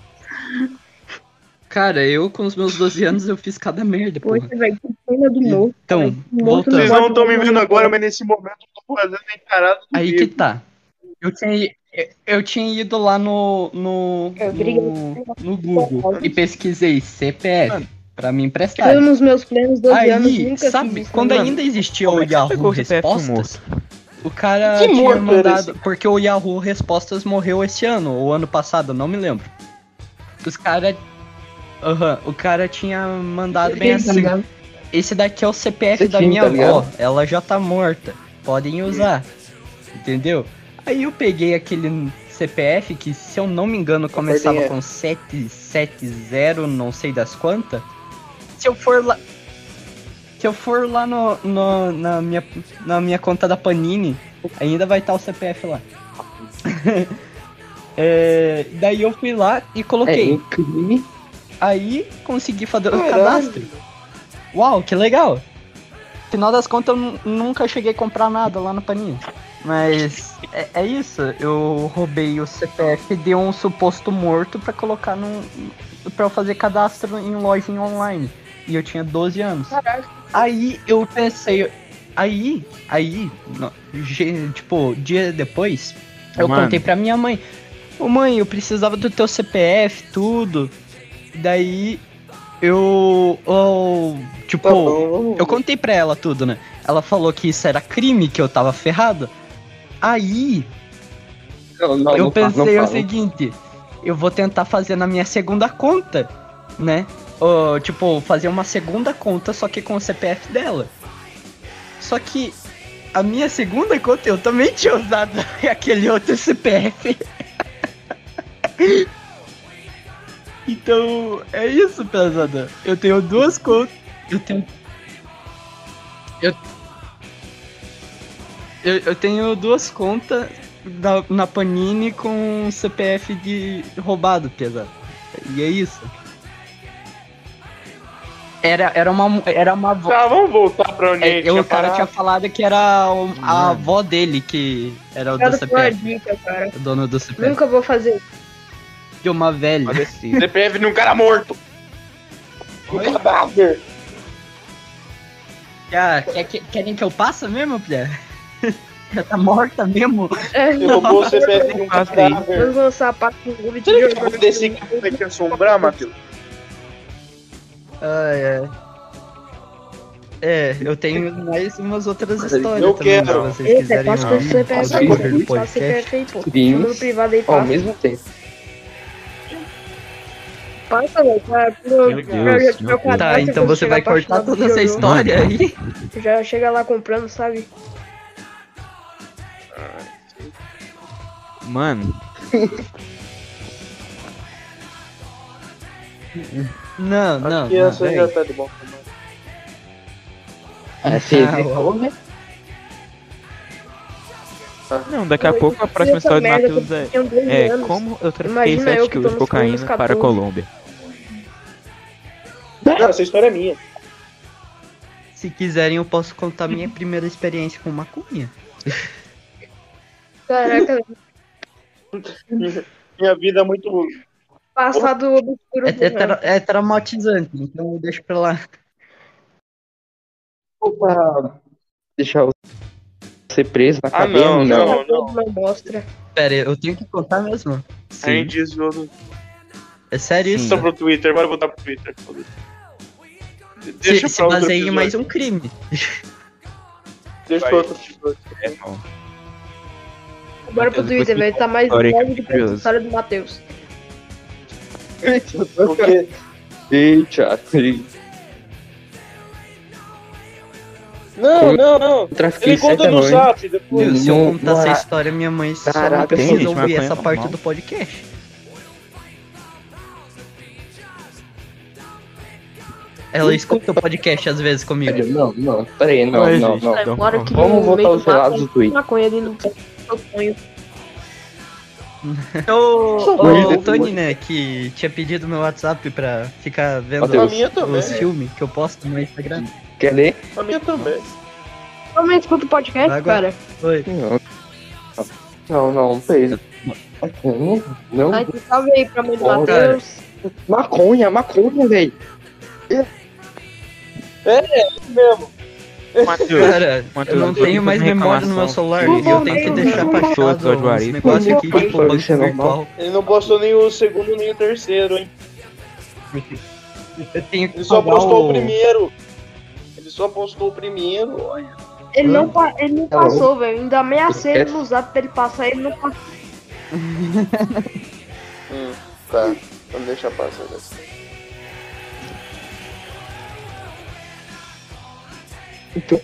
Cara, eu com os meus doze anos eu fiz cada merda, porra. Poxa, velho, que pena do morto. Então, velho. O morto voltando. Vocês pode não estão me morrer. vendo agora, mas nesse momento eu tô fazendo a encarada do Aí que vivo. tá. Eu tinha, i- eu tinha ido lá no, no, Eu no, no Google e pesquisei C P F pra me emprestar. Eu, nos meus plenos doze anos, Aí, nunca sabe, fiz isso. quando mano. ainda existia Como o é que você Yahoo pegou o C P F do Respostas, o cara Que tinha morto era mandado... esse? Porque o Yahoo Respostas morreu esse ano, ou ano passado, não me lembro. Os caras... Aham, o cara tinha mandado bem assim. Esse daqui é o C P F Você da tinha, minha tá avó, ligado? ela já tá morta, podem usar, entendeu? Aí eu peguei aquele C P F que, se eu não me engano, começava é. com sete sete zero, não sei das quantas. Se eu for lá, se eu for lá no, no- na, minha, na minha conta da Panini, ainda vai estar o C P F lá. É, daí eu fui lá e É coloquei. um crime. Aí consegui fazer o Caralho. cadastro. Uau, que legal! Final das contas, eu nu- nunca cheguei a comprar nada lá no Panini. Mas é, é isso, eu roubei o C P F de um suposto morto pra colocar no. Pra eu fazer cadastro em lojinha online. e eu tinha doze anos. Caraca. Aí eu pensei, aí, aí, no- ge- tipo, dia depois, eu Mano. contei pra minha mãe, ô mãe, eu precisava do teu C P F, tudo. Daí eu, eu tipo, Tá bom. eu contei pra ela tudo, né? Ela falou que isso era crime, que eu tava ferrado. Aí Não, não, eu não fala, pensei não o fala. seguinte, eu vou tentar fazer na minha segunda conta, né? Ou, tipo, fazer uma segunda conta, só que com o C P F dela. Só que a minha segunda conta eu também tinha usado aquele outro C P F. Então, é isso, pesada. Eu tenho duas contas. Eu tenho. Eu, eu, eu tenho duas contas na, na Panini com C P F de roubado, pesado. E é isso. Era, era uma. Era uma avó. Tá, vamos voltar pra onde a É, gente eu, tinha o cara tinha parado. falado que era o- a avó dele que era o do Obrigado pela C P F. dica, cara. O dono do C P F. Nunca vou fazer. De uma velha. Falecido. C P F de um cara morto. Um cadáver. Ah, quer, quer- querem que eu passe mesmo, Pia? Já tá morta mesmo? É, Ele roubou o C P F de um Passa aí. cadáver. vamos lançar a parte do Google de Você não jogo. quer desse cara vai te assombrar, Matheus? Ai, ai. É, eu tenho mais umas outras histórias Eu também, quero. se vocês Eita, quiserem passa o ouvir C P F ao aí, decorrer do passa o C P podcast. F aí, pô. Crimes Chama no privado aí, ao passa. mesmo tempo. Passa, velho. Pra, pro, Meu pra, Deus, pra, meu meu Deus. cadastro, Tá, então quando você chegar vai a parte cortar do toda essa jogo, história aí? Já chega lá comprando, sabe? Mano, Não, não, Acho que não. essa já tá de bom tamanho. É, você Ah, errou, né? não, daqui a pouco a próxima Essa história do merda, Matheus é, eu tenho doze é anos. como eu trafiquei Imagina eu sete que quilos tô de nos cocaína catorze. para a Colômbia. Não, essa história é minha. Se quiserem, eu posso contar minha primeira experiência com maconha. Caraca, Minha vida é muito. passado obscuro. É, é, do tra- é traumatizante, então eu deixo pra lá. Opa, deixar você preso na Ah, cadeia? não, não. Não, não mostra. Pera, eu tenho que contar mesmo? A gente desviou do. É sério Sim. isso? Isso pro Twitter, bora voltar pro Twitter. Se, Deixa se pra outro baseia em episódio. mais um crime. Deixa pra outro episódio. É, ó. Bora pro Matheus, Twitter, depois velho. Tá mais história leve do que a curiosa. história do Matheus. Porque Eita, Não, não, não. trafiquei Ele conta sete no anões. zap depois. Viu? Se eu Não, contar não essa é- história, minha mãe só Caraca, não tem precisa gente, ouvir maconha essa parte normal. do podcast. Ela escuta o podcast às vezes comigo. Não, não, peraí, não, Oi, não, gente, não. então, Agora que Vamos no voltar meio aos do mato relatos tem do Twitter. maconha ali no eu ponho. O, Oi, o Tony, né, que tinha pedido meu WhatsApp pra ficar vendo Matheus. A minha também. os filmes que eu posto no Instagram. Quer ler? A minha também. Também escuta o podcast, Agora- cara. Oi. Não, não, não, peraí. Não, não. Ai, que salve aí pra mãe do Ó, Matheus. Maconha, maconha, velho. Mesmo. Matheus, Cara, Matheus, eu não eu tô tenho mais fazendo memória no meu reclamação. celular Por e eu tenho que favor, deixar por baixado favor, do os Arif. negócios aqui, Por tipo favor, banco isso é normal. virtual. Ele não postou nem o segundo nem o terceiro, hein? Eu tenho que Ele só pagar postou o o... primeiro. Ele só postou o primeiro. Olha. Ele não, pa- ele não Tá passou, velho. Ainda ameacei ele no zap pra ele passar, ele não passou. Hum, tá. Vamos deixar passar dessa. Então,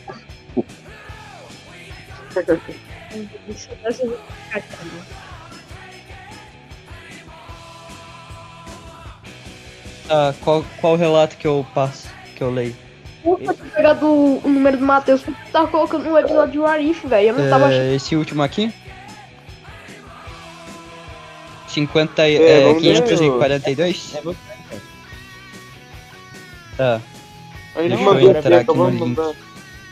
Ah, qual, qual relato que eu passo, que eu leio? Puta, tinha pegado o, o número do Matheus, tu tá colocando no episódio de Arif, velho. Eu não tava achando. É, esse último aqui? cinquenta, e- É, é, vamos ver quinhentos e o- quarenta e dois? Tá. A gente Deixa mandou eu aqui, entrar aqui no acabamos de link. mandar.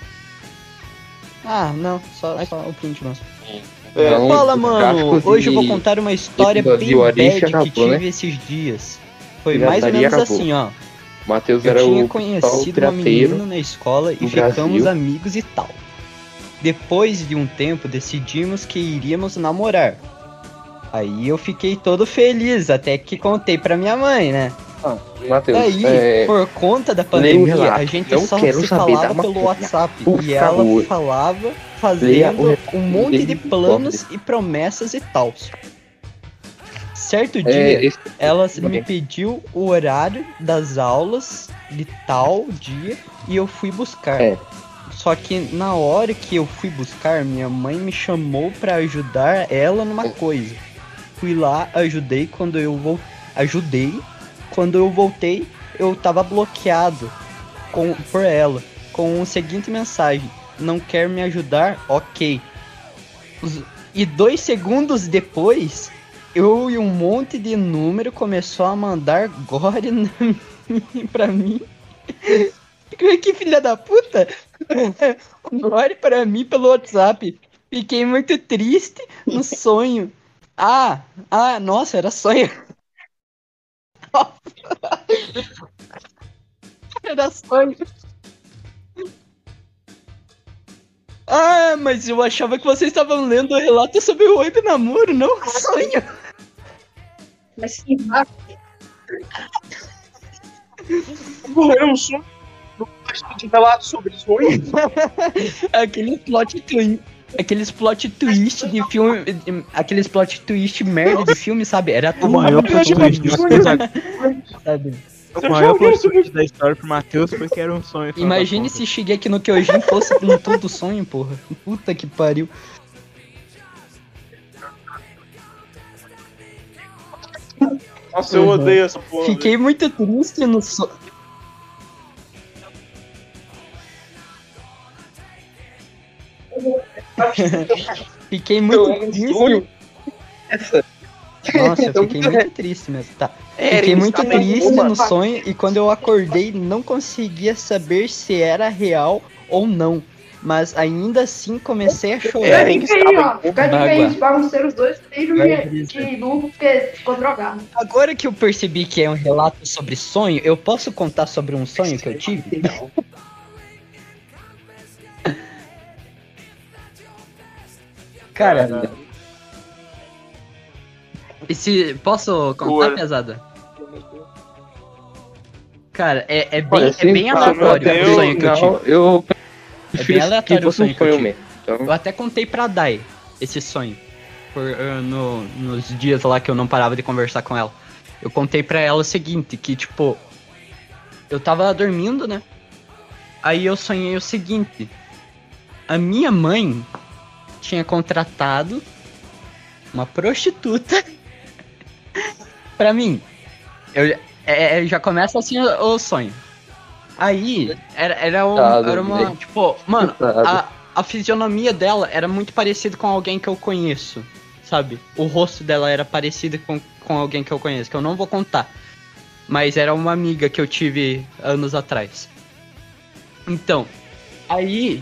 Ah, não, só, só o print mesmo. É, Não, Fala, os mano, gráficos hoje eu vou de contar uma história episódio bem de Arif bad que acabou, tive né? esses dias. Foi mais ou Pirataria menos acabou. assim, ó. O Matheus Eu era tinha o principal conhecido uma pirateiro. menina na escola e no ficamos Brasil. amigos e tal. Depois de um tempo, decidimos que iríamos namorar. Aí eu fiquei todo feliz, até que contei pra minha mãe, né? Matheus, Daí, é, por conta da leia o pandemia, relato. a gente Não só quero se saber da falava pelo matéria. WhatsApp. Por E ela favor. falava Leia fazendo o relato um monte de dele, planos e promessas e tal. Certo É, dia, esse- ela me pediu o horário das aulas de tal dia e eu fui buscar. É. Só que na hora que eu fui buscar, minha mãe me chamou pra ajudar ela numa coisa. Fui lá, ajudei quando eu voltei. Ajudei. Quando eu voltei, eu tava bloqueado com, por ela. Com a seguinte mensagem: não quer me ajudar? Ok. Os- E dois segundos depois, eu e um monte de número começou a mandar gore na mim- pra mim. Que filha da puta! Gore pra mim pelo WhatsApp. Fiquei muito triste no sonho. Ah, ah, nossa, era sonho. Era sonho. Ah, mas eu achava que vocês estavam lendo o relato sobre o web namoro, não o sonho. Mas que rápido. Era um sonho de relato sobre sonho. Aquele plot twist. Aqueles plot twist de filme. de- Aqueles plot twist merda de filme, sabe? Era O tudo maior muito plot bom, twist do Matheus agora- sabe? o maior plot twist da história pro Matheus foi que era um sonho. afinal Imagine das se Shigeki no Kyojin fosse um tudo sonho, porra. Puta que pariu. Nossa, eu Uhum. odeio essa porra. Fiquei muito triste no sonho. Fiquei muito Era um triste. sonho. Essa. Nossa, eu Então, fiquei muito triste mesmo. Tá. Era Fiquei muito insano. triste Uma- no sonho e quando eu acordei não conseguia saber se era real ou não. Mas ainda assim comecei a chorar. É, Fica aí, ó. Fica a dica aí, Água. os bagunceiros dois teve Vai, de, de novo porque ficou drogado. Agora que eu percebi que é um relato sobre sonho, eu posso contar sobre um sonho que eu tive? Cara, esse, posso contar, Boa. pesada? Cara, é, é bem, Olha, é sim, bem fala, aleatório Matheus, o sonho que eu tive. Não, eu prefiro aleatório que fosse o um sonho que eu sonho tive. mesmo. Então, Eu até contei pra Dai esse sonho. Por, uh, no- nos dias lá que eu não parava de conversar com ela. Eu contei pra ela o seguinte, que tipo, eu tava dormindo, né? Aí eu sonhei o seguinte. A minha mãe tinha contratado uma prostituta pra mim. Eu, é, é, já começa assim o, o sonho. Aí, era, era, um, Coitado, era uma, velho. tipo, mano, Coitado. a, a fisionomia dela era muito parecida com alguém que eu conheço, sabe? O rosto dela era parecido com, com alguém que eu conheço, que eu não vou contar. Mas era uma amiga que eu tive anos atrás. Então, aí...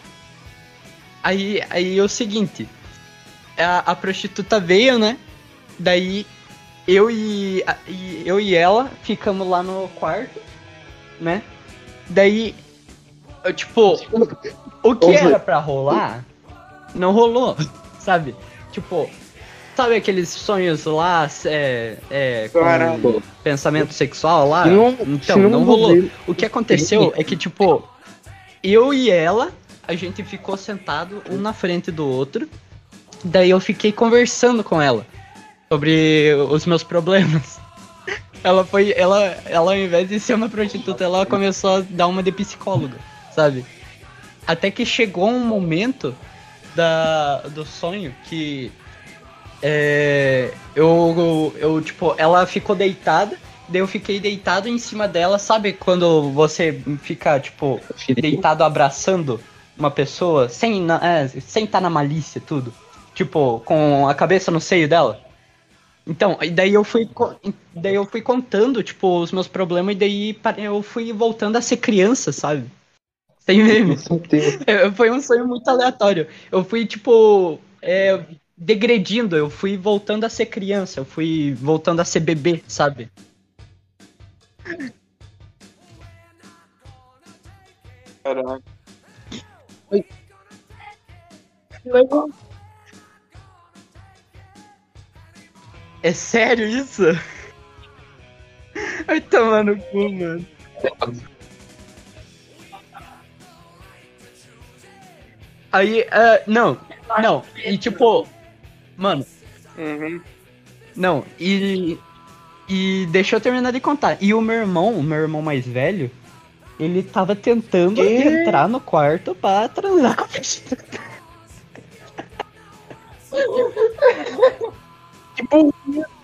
Aí, aí é o seguinte... A, a prostituta veio, né? Daí, eu e, a- e... Eu e ela ficamos lá no quarto, né? Daí... Eu, tipo... O que era pra rolar, não rolou, sabe? Tipo, sabe aqueles sonhos lá, é, é, com Caralho. pensamento sexual lá? Se não- Então, se não não rolou. rolou- O que aconteceu é que, tipo, eu e ela, a gente ficou sentado um na frente do outro, daí eu fiquei conversando com ela sobre os meus problemas. Ela foi, ela, ela ao invés de ser uma prostituta, ela começou a dar uma de psicóloga, sabe? Até que chegou um momento da, do sonho que é, eu, eu, tipo, ela ficou deitada, daí eu fiquei deitado em cima dela, sabe quando você fica, tipo, deitado abraçando uma pessoa sem na, é, sem estar na malícia e tudo, tipo, com a cabeça no seio dela? Então, e daí eu fui co- daí eu fui contando, tipo, os meus problemas e daí pa- eu fui voltando a ser criança, sabe? Sem meme. com certeza. É, Foi um sonho muito aleatório. Eu fui, tipo, é, degredindo, eu fui voltando a ser criança, eu fui voltando a ser bebê, sabe? Caralho. É sério isso? Vai tomar no cu, mano. Aí, ah, não, não, e tipo, mano, Uhum. não, e, e deixa eu terminar de contar. E o meu irmão, o meu irmão mais velho, ele tava tentando Que? entrar no quarto pra transar com a pessoa. Tipo,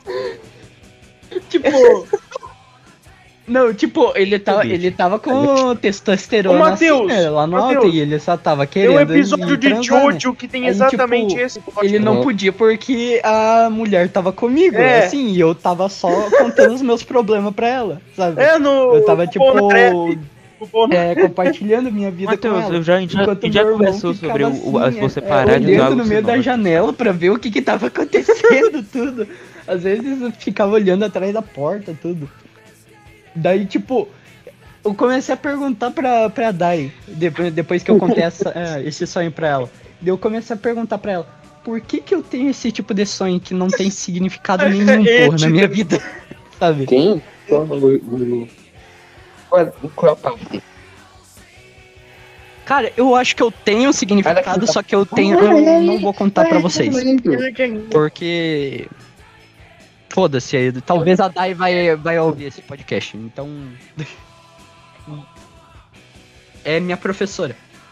Tipo. Não, tipo, ele tava, bicho. ele tava com testosterona Ô, Matheus, assim, né, lá no alto, Matheus, e ele só tava tem um querendo. episódio ir de transar, né? Jojo que tem Aí, exatamente tipo, esse plot. Ele não Uhum. podia porque a mulher tava comigo, É. assim, e eu tava só contando os meus problemas pra ela, sabe? É, no. Eu tava, no tipo, Bonarep, no Bonarep. é, compartilhando minha vida com Matheus, ela. eu já, já, Enquanto já meu irmão conversou sobre ficava o, o- assim, você é, parar de usar olhando no meio da alucinógenos. janela pra ver o que que tava acontecendo, tudo. Às vezes eu ficava olhando atrás da porta, tudo. Daí, tipo, eu comecei a perguntar pra, pra Dai, depois, depois que eu contei essa, é, esse sonho pra ela. Daí eu comecei a perguntar pra ela, por que que eu tenho esse tipo de sonho que não tem significado nenhum, porra, na minha vida, sabe? Quem? Qual, o- o- qual, é- qual é a parte? Cara, eu acho que eu tenho um significado, só que eu tenho, eu não vou contar pra vocês. Porque. Foda-se aí. Talvez a Dai vai, vai ouvir esse podcast. Então. É minha professora.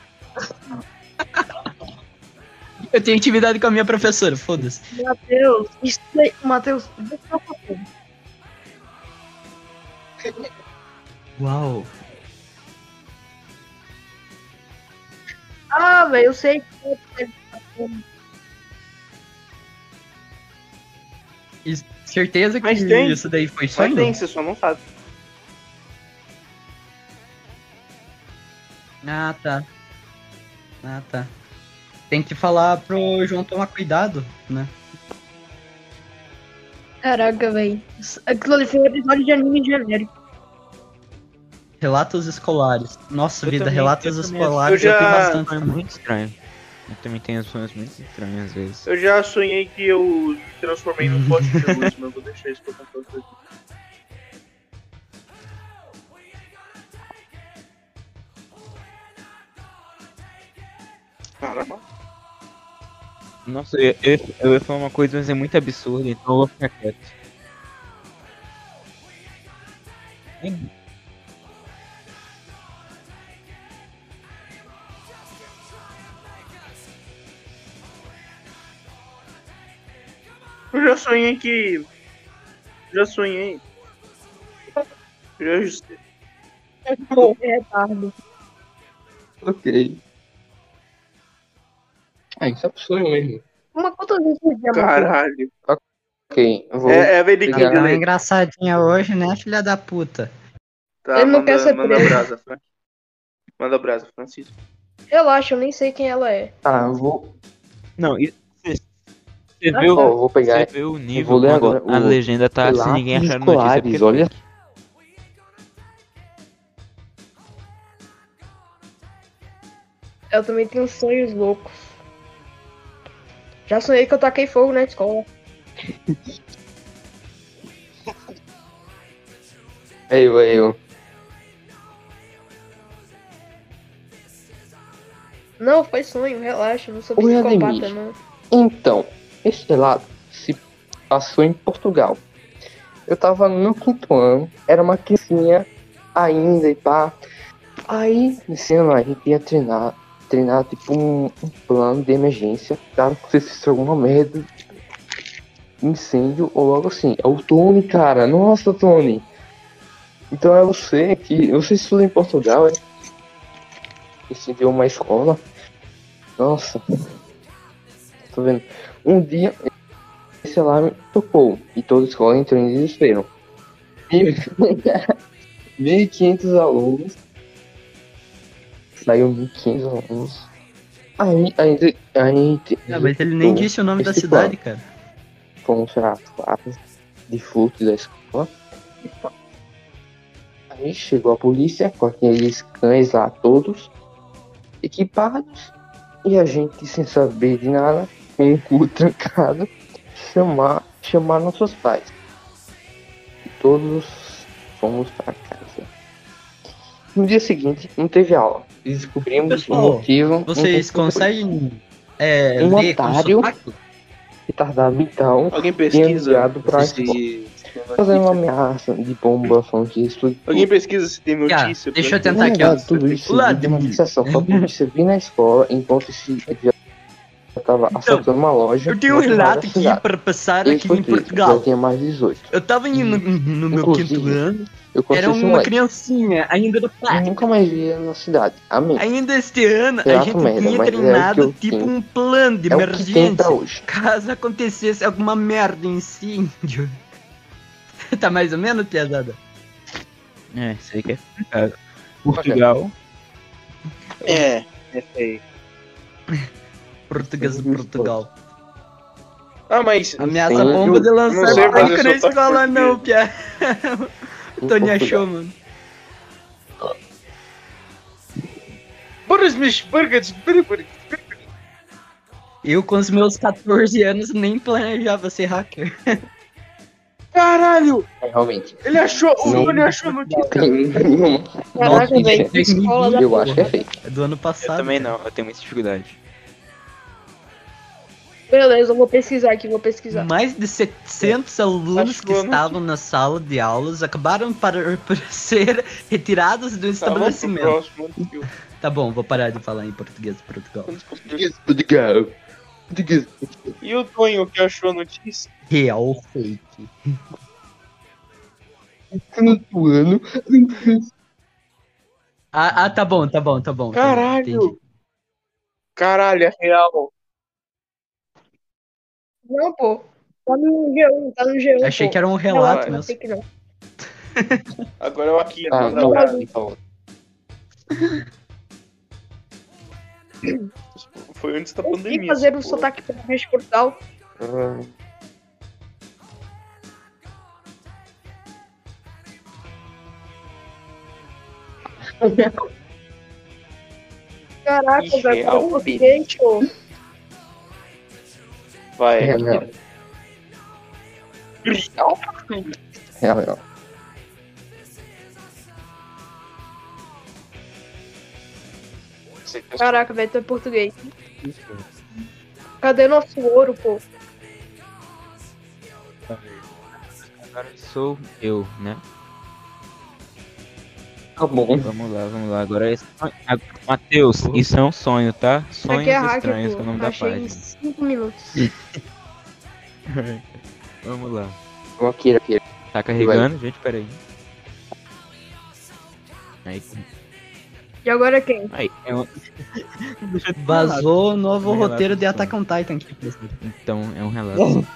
Eu tenho intimidade com a minha professora, foda-se. Matheus, isso aí, Matheus, deixa eu falar. Uau. Ah, velho, eu sei que E certeza que Mas tem. isso daí foi Mas sonho? tem, você só não sabe. Ah, tá. Ah, tá. Tem que falar pro João tomar cuidado, né? Caraca, velho. Aquilo ali foi um episódio de anime genérico. Relatos escolares. Nossa Eu vida, também- relatos eu também- escolares eu eu, tenho já- bastante É também. muito estranho. Eu também tenho sonhos muito estranhos às vezes. Eu já sonhei que eu me transformei num poste de luz, mas eu vou deixar isso pra contar outra vez. Caramba. Nossa, eu, eu, eu ia falar uma coisa, mas é muito absurda, então eu vou ficar quieto. Eu já sonhei que. Já sonhei. Já É retardo. Ok. Ah, isso é sonho mesmo. Uma quantas vezes por dia, Matheus? Caralho. Ok, eu vou. É, é a Veriquinha pegar- Tá uma dele. engraçadinha hoje, né, filha da puta? Tá, Ele não manda, quer ser manda preso. brasa, Fran. Manda brasa, Francisco. Relaxa, eu nem sei quem ela é. Ah, eu vou. Não, e você Ah, viu, Ó, eu vou pegar. você viu o nível vou ler quando agora a o legenda tá assim, Relatos ninguém achando notícia. escolares, Porque olha. Eu também tenho sonhos loucos. Já sonhei que eu taquei fogo na escola. É eu, é eu. Não, foi sonho, relaxa, não sou Oi, psicopata, Ademir. não. Então, esse relato se passou em Portugal. Eu tava no quinto ano, era uma criancinha ainda e pá. Aí, nesse ano, a gente ia treinar, treinar tipo um, um plano de emergência, caso acontecesse alguma merda, incêndio ou algo assim. É o Tony, cara, nossa, Tony. Então é você que, você estuda em Portugal, é? Incendiou uma escola. Nossa. Tô vendo. Um dia, esse alarme tocou e toda a escola entrou em desespero. E mil e quinhentos alunos. Saiu mil e quinhentos alunos. Aí, aí, aí. Ah, mas ele nem disse o nome da esse cidade, cara. Fomos tirar fotos de furto da escola. Aí chegou a polícia com aqueles cães lá todos. equipados e a gente, sem saber de nada, com o cu trancado, chamar, chamar nossos pais. E todos fomos para casa. No dia seguinte, não teve aula. E descobrimos Pessoal, o motivo. Vocês um conseguem é, Um ler com otário. sotaque? retardado mental Alguém tinha pesquisa enviado pra se... se tem fazendo uma notícia. ameaça de bomba falando que ia explodir. Alguém pesquisa se tem Ah, notícia. deixa eu pra- tentar aqui, ó. Verdade, tudo isso Lá seguido de uma de- fixação pra polícia vir na escola enquanto esse já estava assaltando uma loja. Eu tenho um no final relato da aqui cidade. para passar Ele aqui foi em preso, Portugal. Já tinha mais de dezoito. Eu tava indo no, no meu Inclusive, quinto ano, Eu conheci era esse uma moleque. criancinha, ainda do Eu pai. nunca mais vi ele na cidade. Amém. Ainda este ano, a Relato gente merda, tinha mas é o que treinado eu tipo tenho. um plano de É o que tem pra emergência. hoje. Caso acontecesse alguma merda, incêndio. Tá mais ou menos, piazada? É, isso aí que é complicado. Portugal. É, é feio. Português do Portugal. Ah, mas. Ameaça Sim. bomba de Eu lançar não sei banco fazer na sotaque escola não, português. pia. Em Tony Portugal. achou, mano. Boris Mischburgers, Burger. Eu com os meus catorze anos nem planejava ser hacker. Caralho! É, realmente. Ele achou. O Não. Tony achou a notícia. Tem nenhuma. Caraca, Nossa, velho, gente, escola da Eu acho que é fake. É do ano Eu passado. também cara. não, eu tenho muita dificuldade. Beleza, eu vou pesquisar aqui, vou pesquisar. Mais de setecentos alunos Acho que que eu não- estavam na sala de aulas acabaram para, por ser retirados do Tá, vamos pro estabelecimento. próximo. Tá bom, vou parar de falar em português de Portugal. Portugal. Português. E o Tonho, o que achou a notícia? Real ou fake? No ano. Ah, ah, tá bom, tá bom, tá bom. tá bom, Caralho! entendi. Caralho, é real. Não, pô. Tá no G um, tá no G um. Achei pô. que era um relato Não, Não sei mesmo. que não. Agora eu aqui. Ah, agora não. eu- Então, Foi antes da Consegui pandemia. fazer um essa porra. sotaque pra de Portugal. ah, Caraca, Ixi, velho, é como algo você, tio? Vai. real, real. Real, real. Caraca, velho, tu é português. Cadê nosso ouro, pô? Agora sou eu, né? Tá bom. Vamos lá, vamos lá. Agora é. Ah, Matheus, isso é um sonho, tá? Isso Sonhos aqui é hacker, estranhos, que é o pô. nome da Achei em página. cinco minutos. Vamos lá. Vamos aqui, aqui. Tá carregando, gente? Pera aí. Aí, E agora quem? aí é um... Deixa eu te Vazou o novo Um relato roteiro de do Attack on Titan aqui. pessoal. Então, é um relato.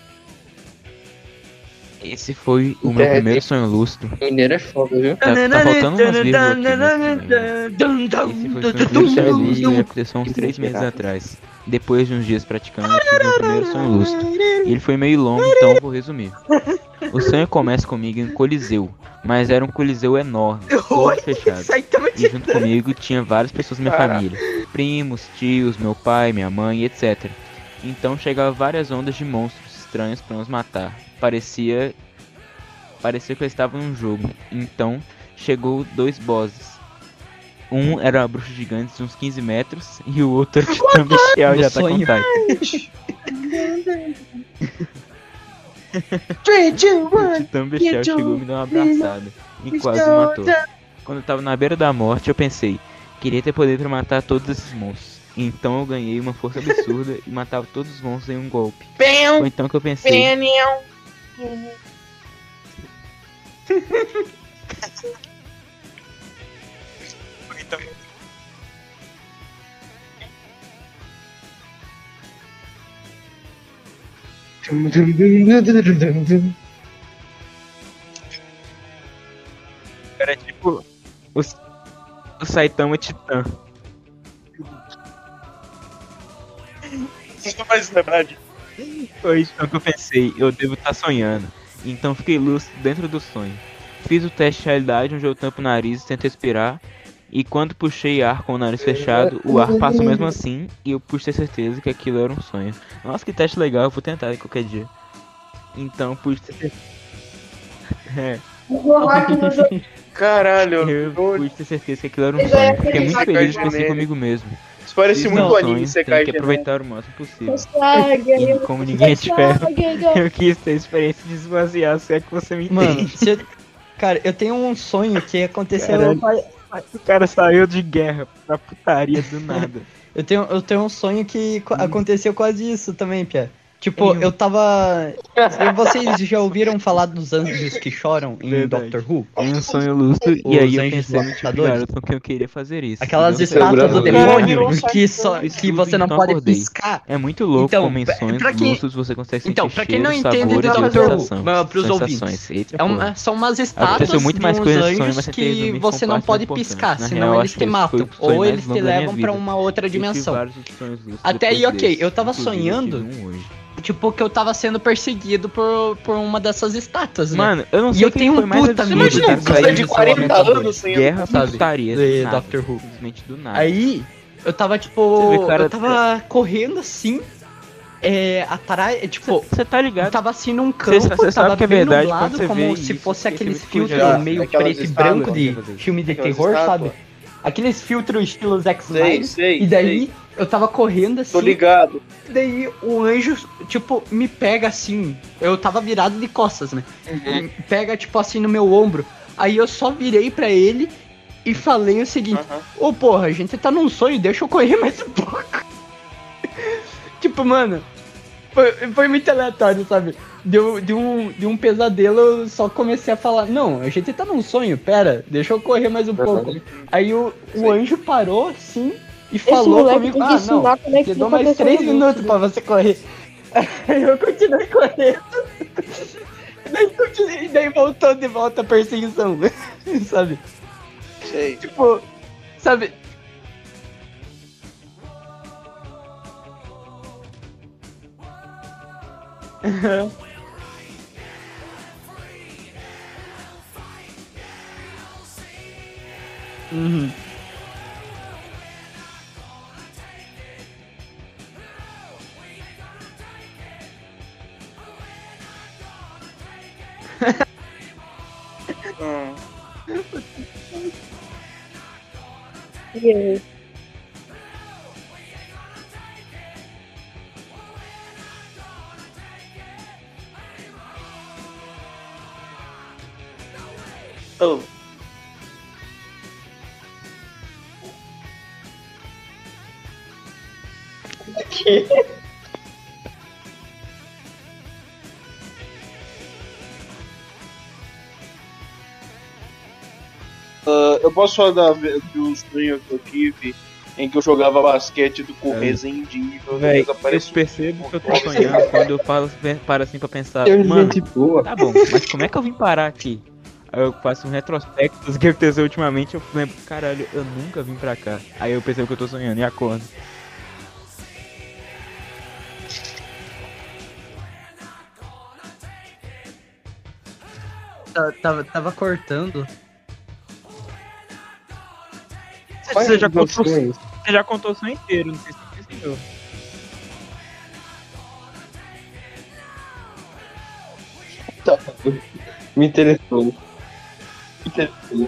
Esse foi o meu Internet. primeiro sonho lúcido. Mineiro é foda, viu? Tá, tá faltando umas vírgulas aqui nesse sonho. Esse foi o sonho lúcido lúcido e aconteceu uns três meses atrás. Depois de uns dias praticando, eu tive meu primeiro sonho lúcido. Ele foi meio longo, então eu vou resumir. O sonho começa comigo em um coliseu, mas era um coliseu enorme, todo fechado. Isso aí tá E junto comigo tinha várias pessoas da minha Caraca. família. Primos, tios, meu pai, minha mãe, etcétera. Então chegavam várias ondas de monstros estranhos para nos matar. Parecia... Parecia que eu estava em um jogo. Então chegou dois bosses. Um era uma bruxa gigante de uns quinze metros e o outro era o Titã Bestial No já tá com sonho. Titan. O Titã Bestial chegou e me deu uma abraçada e quase me matou. Quando eu tava na beira da morte, eu pensei, queria ter poder pra matar todos esses monstros. Então eu ganhei uma força absurda e matava todos os monstros em um golpe. Foi então que eu pensei, era tipo o, o Saitama Titã. Não faz lembrar de. Foi então que eu pensei, eu devo estar sonhando. Então fiquei lúcido dentro do sonho. Fiz o teste de realidade onde eu tampo o nariz e tento respirar. E quando puxei ar com o nariz fechado, o ar passou mesmo assim e eu pude ter certeza que aquilo era um sonho. Nossa, que teste legal, eu vou tentar qualquer dia. Então, pude ter certeza. É, Vou rolar aqui no jogo. Caralho, eu eu- pude ter certeza que aquilo era um Isso aí é sonho. Fiquei muito aquele feliz de sacanagem pensei nele. comigo mesmo. isso parece Isso muito não é um anime sonho, Sekai tenho que Genet. aproveitar o máximo possível. Segue, E como ninguém é de ferro, segue, eu quis ter a experiência de esvaziar, se é que você me Mano, entende. se eu- cara, eu tenho um sonho que aconteceu. Caralho. O cara saiu de guerra pra putaria do nada. Eu tenho, eu tenho um sonho que co- aconteceu quase isso também, Pia. Tipo, Eu- eu tava. Vocês já ouviram falar dos anjos que choram em Verdade. Doctor Who? Em um sonho lúcido, Os e aí eu anjos pensei no tipo de lutadores. garoto com quem eu queria fazer isso. Aquelas E deu estátuas certo. do Cara, demônio virou um certo que, só, sonho. que você não Então pode acordei. piscar. É muito louco Então, como em pra- sonhos pra quem- lúcidos você consegue sentir Então, pra quem não cheiros, entende sabores do e Doctor Who, sensação- mas pros sensações. ouvintes, Eita, É porra. uma, são umas estátuas Aconteceu muito de mais uns coisas no sonho, anjos mas tentei que resumir você com não partes pode importantes. piscar, Na senão real, eles acho que te esse foi matam. o sonho Ou mais eles te longo da minha levam pra vida. uma outra Eu tive dimensão. vários sonhos lúcidos Até aí, depois ok, desse. eu tava Inclusive, sonhando. eu tive um hoje. Tipo, que eu tava sendo perseguido por, por uma dessas estátuas, né? Mano, eu não E sei eu o que tenho foi um mais puta absurdo, medo cara, de sair coisa de de quarenta sonho, anos sonhando guerra com pra isso. putaria, De do nada, Doctor Who. simplesmente do nada. Aí, eu tava, Você tipo, vê, cara, eu tava correndo assim, é, atrás, é, tipo, Você tá ligado? tava assim num Cê campo, sa- cê tava sabe que é bem verdade nublado, quando você como vê se isso, fosse você aqueles fica muito filtros curioso. meio Aquelas preto e estátuas, branco de fazer isso. filme de Aquelas terror, estátuas. sabe? Aqueles filtros estilos Sei, X-Men. sei, E daí, sei. eu tava correndo assim. Tô ligado. E daí o anjo, tipo, me pega assim. Eu tava virado de costas, né? Uhum. Pega, tipo, assim no meu ombro. Aí eu só virei pra ele e falei o seguinte: Aham. Ô porra, a gente tá num sonho, deixa eu correr mais um pouco. Tipo, mano, foi, foi muito aleatório, sabe? Deu, de, um, de um pesadelo, eu só comecei a falar: Não, a gente tá num sonho, pera, deixa eu correr mais um pouco. Aí o, o anjo parou assim e Esse falou moleque comigo: tem que Ah, não, ensinar como é que te dou fica mais pessoa três lúcida. minutos pra você correr. Aí eu continuei correndo. Daí, continuei, daí voltou de volta a perseguição, sabe? Sei. Tipo, sabe? Uhum. Hum. E aí? Oh. Ah, eu posso falar da, do sonho que eu tive em que eu jogava basquete do com É. Resendível, Véi, eu desapareceu. percebo que eu tô sonhando quando eu falo, paro assim pra pensar, Eu mano, gente boa. tá bom, mas como é que eu vim parar aqui? Aí eu faço um retrospecto do que aconteceu ultimamente, eu lembro, caralho, eu nunca vim pra cá. Aí eu percebo que eu tô sonhando e acordo. Tava, tava, tava cortando. Você já, contou, sonhos. você já contou o sonho inteiro, não sei se você percebeu. Tá. Me interessou. Me interessou.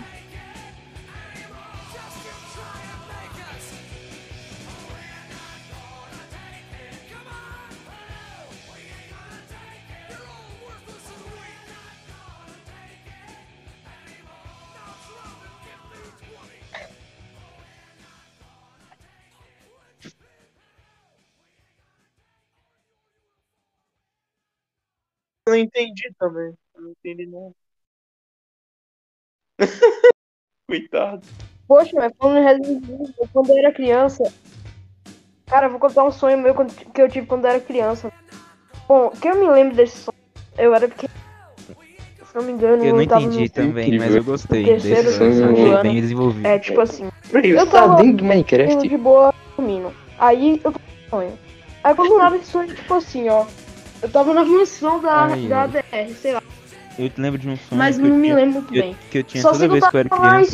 Eu não entendi também. Eu não entendi nada. Coitado. Poxa, mas falando em Resident Evil, quando eu era criança. Cara, eu vou contar um sonho meu quando- que eu tive quando eu era criança. Bom, que eu me lembro desse sonho. Eu era pequeno. Se não me engano, Eu não tava entendi no- também, incrível. mas eu gostei Terceiro, desse sonho, segundo achei ano. bem desenvolvido. É, tipo assim. Peraí, Eu você tá tava- dentro do Eu Minecraft? de boa dormindo. Aí eu tô com sonho. Aí quando eu nada esse sonho, tipo assim, ó. Eu tava na mansão da, Ai, da ai. A D R, sei lá. Eu te lembro de um sonho Mas que não eu me tinha, lembro muito que eu- bem. que eu tinha Só toda sei que eu vez que eu era tava lá em criança. cima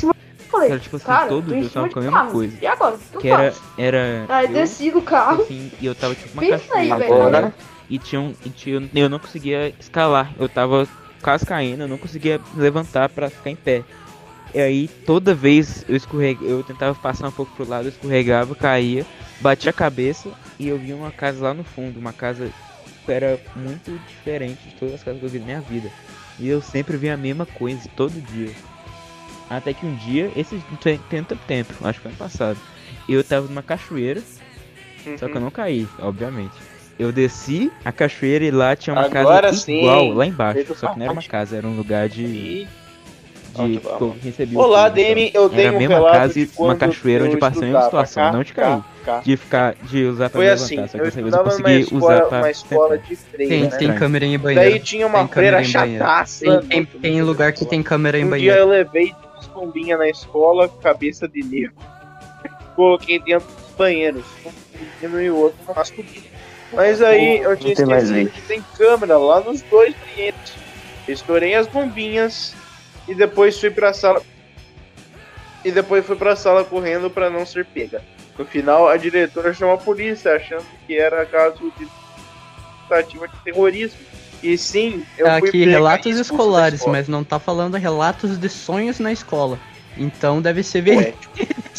falei, Era tipo assim, cara, todo tô em dia eu cima tava de com a mesma carro. coisa. E agora? O que eu Que era, faço? era Aí eu, desci do carro. assim, e eu tava tipo uma Pensa aí, cachoeira, velho. tá Agora, ligado? E tinha um, e tinha, eu não conseguia escalar, eu tava quase caindo, eu não conseguia levantar pra ficar em pé. E aí toda vez eu escorreg... eu tentava passar um pouco pro lado, eu escorregava, caía, batia a cabeça e eu vi uma casa lá no fundo, uma casa que era muito diferente de todas as casas que eu vi na minha vida. E eu sempre vi a mesma coisa, todo dia. Até que um dia, esse não tem, tem tanto tempo, acho que foi ano passado, eu tava numa cachoeira, só que eu não caí, obviamente. Eu desci a cachoeira e lá tinha uma Agora casa sim. igual, lá embaixo, Feito só que não era uma parte. casa, era um lugar de... E- de Onde que eu vamos? recebi o Olá, povo, Demi, então. eu Era tenho a um mesma relato casa e de uma quando cachoeira eu onde passei em uma estudava. situação, Cá, não de cair, cá, cá. de ficar, de usar pra Foi me assim, levantar, só que eu dessa vez eu estudava numa consegui escola, usar pra uma escola sentar. de freio, Tem, né? tem Estranho. câmera em banheiro. Daí tinha uma Tem freira câmera em banheiro. chataça. Tem, tem, no- tem lugar que tem câmera em Um dia banheiro. eu levei duas bombinhas na escola, cabeça de negro. Coloquei dentro dos banheiros. Um menino e o outro masculino. Mas aí eu tinha Não tem mais esquecido leite. que tem câmera lá nos dois banheiros. Estourei as bombinhas e depois fui pra sala. E depois fui pra sala correndo pra não ser pega. No final, a diretora chamou a polícia, achando que era caso de tentativa de terrorismo. E sim, eu Tá fui aqui pega e relatos expulso da escolares, escola. mas não tá falando relatos de sonhos na escola. Então deve ser Ué, verídico.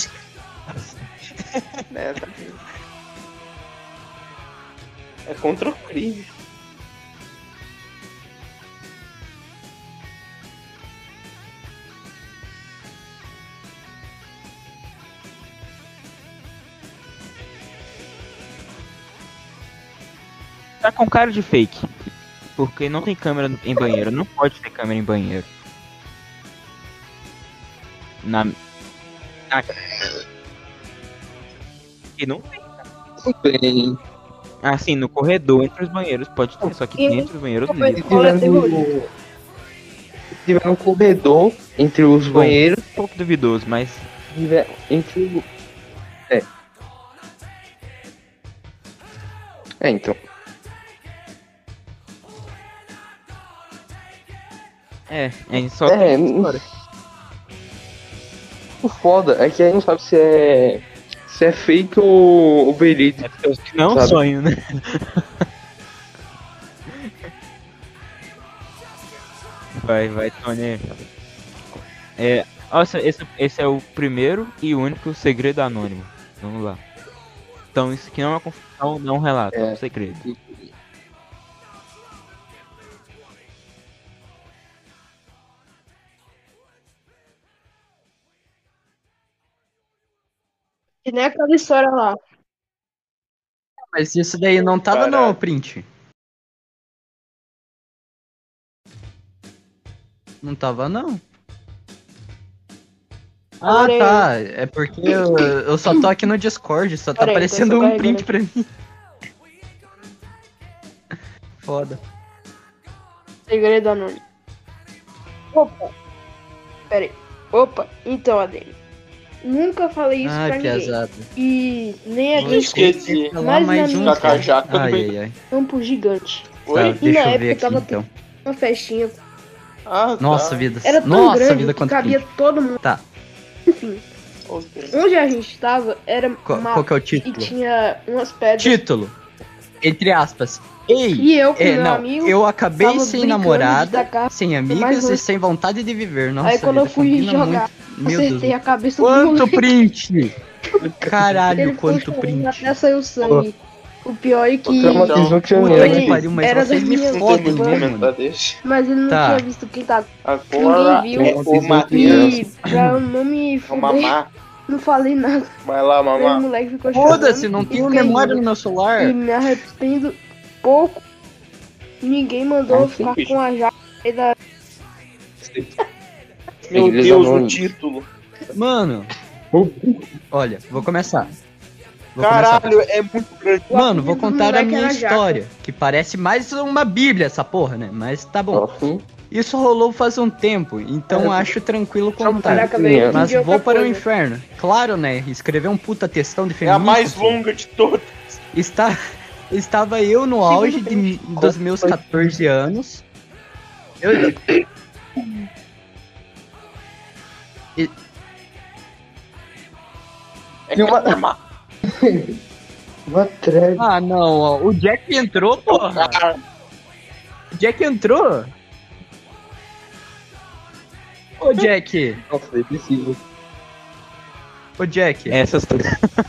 né, tá vendo? É contra o crime. Tá com cara de fake, porque não tem câmera em banheiro, não pode ter câmera em banheiro. Na... na... E não tem. Bem, Assim, no corredor entre os banheiros pode ter, só que E- dentro dos banheiros Como não. é que- Escola é terrorista. Se tiver um corredor entre os Bom. banheiros, Um pouco duvidoso, mas se tiver entre o. É. É, então. é, é só É, tem não- história. O foda é que aí não sabe se é. Se é fake ou, ou verídico. Não é um sabe? sonho, né? Vai, vai, Tony. É, nossa, esse, esse é o primeiro e único segredo anônimo. Vamos lá. Então, isso aqui não é uma confissão, não é um relato, é um É. segredo. Que nem aquela história lá. Mas isso daí não tava no Caralho. print. Não tava, não. Ah, Peraí. tá. É porque eu, eu só tô aqui no Discord, só tá Peraí, aparecendo tô um carregando print pra mim. Foda. Segredo anônimo. Opa. Pera aí. Opa. Então, Adene. Nunca falei isso Ai, pra ninguém. pesado. E nem a Vou gente esqueci. falar Mas mais na um. minha- Cacajaca do Ai, bem. ai, ai. campo gigante. Tá, Oi? E deixa na eu ver época aqui tava então. Uma festinha. Ah, Nossa, tá. vida. Era tão Nossa, grande vida, que quanto cabia print. todo mundo. Tá. Enfim. Ok. Onde a gente tava era Qual, uma... qual que é o E título? tinha umas pedras. Título. Entre aspas. Ei! E eu com É, meu não, amigo. eu acabei tava sem brincando de namorada, tacar sem mais amigas e longe. sem vontade de viver. Nossa, Aí quando eu vida, fui combina jogar, muito. Meu Deus. acertei a cabeça do Quanto moleque. print? Ele Caralho, ficou quanto chorando print. até saiu sangue. O pior é que... Traumatizou que eu Puta Ele que pariu, mas era vocês da me minha Não tem fodem, muito né, comentar, mano? deixa. Mas ele não Tá. tinha visto quem tá. Agora Ninguém viu. é o Matheus. E pra eu não me O fuder, mamá. não falei nada. Vai lá, Aí o mamá. moleque ficou chorando. Foda-se, não e tenho fiquei memória no indo. meu celular. E me arrependo pouco. Ninguém mandou Ah, eu sim, ficar bicho. com a jaca aí da... Meu Segredos Deus, o anônimos. título. Mano, olha, vou começar. Vou começar. Caralho, é muito grande. Mano, vou apelido do contar a moleque minha era Jaca. história, que parece mais uma bíblia essa porra, né? Mas tá bom. Nossa, Isso rolou faz um tempo, então É, acho tranquilo contar. Caraca, velho, eu Mas entendi vou outra para o coisa. inferno. Claro, né? Escrever um puta textão de É a feminista. mais pô. longa de todas. Está, estava eu no auge de- dos meus catorze anos. Eu, e- Tem uma. Uma thread. Ah, não, ó. O Jack entrou, porra. O Jack entrou. Ô, Jack. Nossa, é preciso. Ô, Jack. Essas três.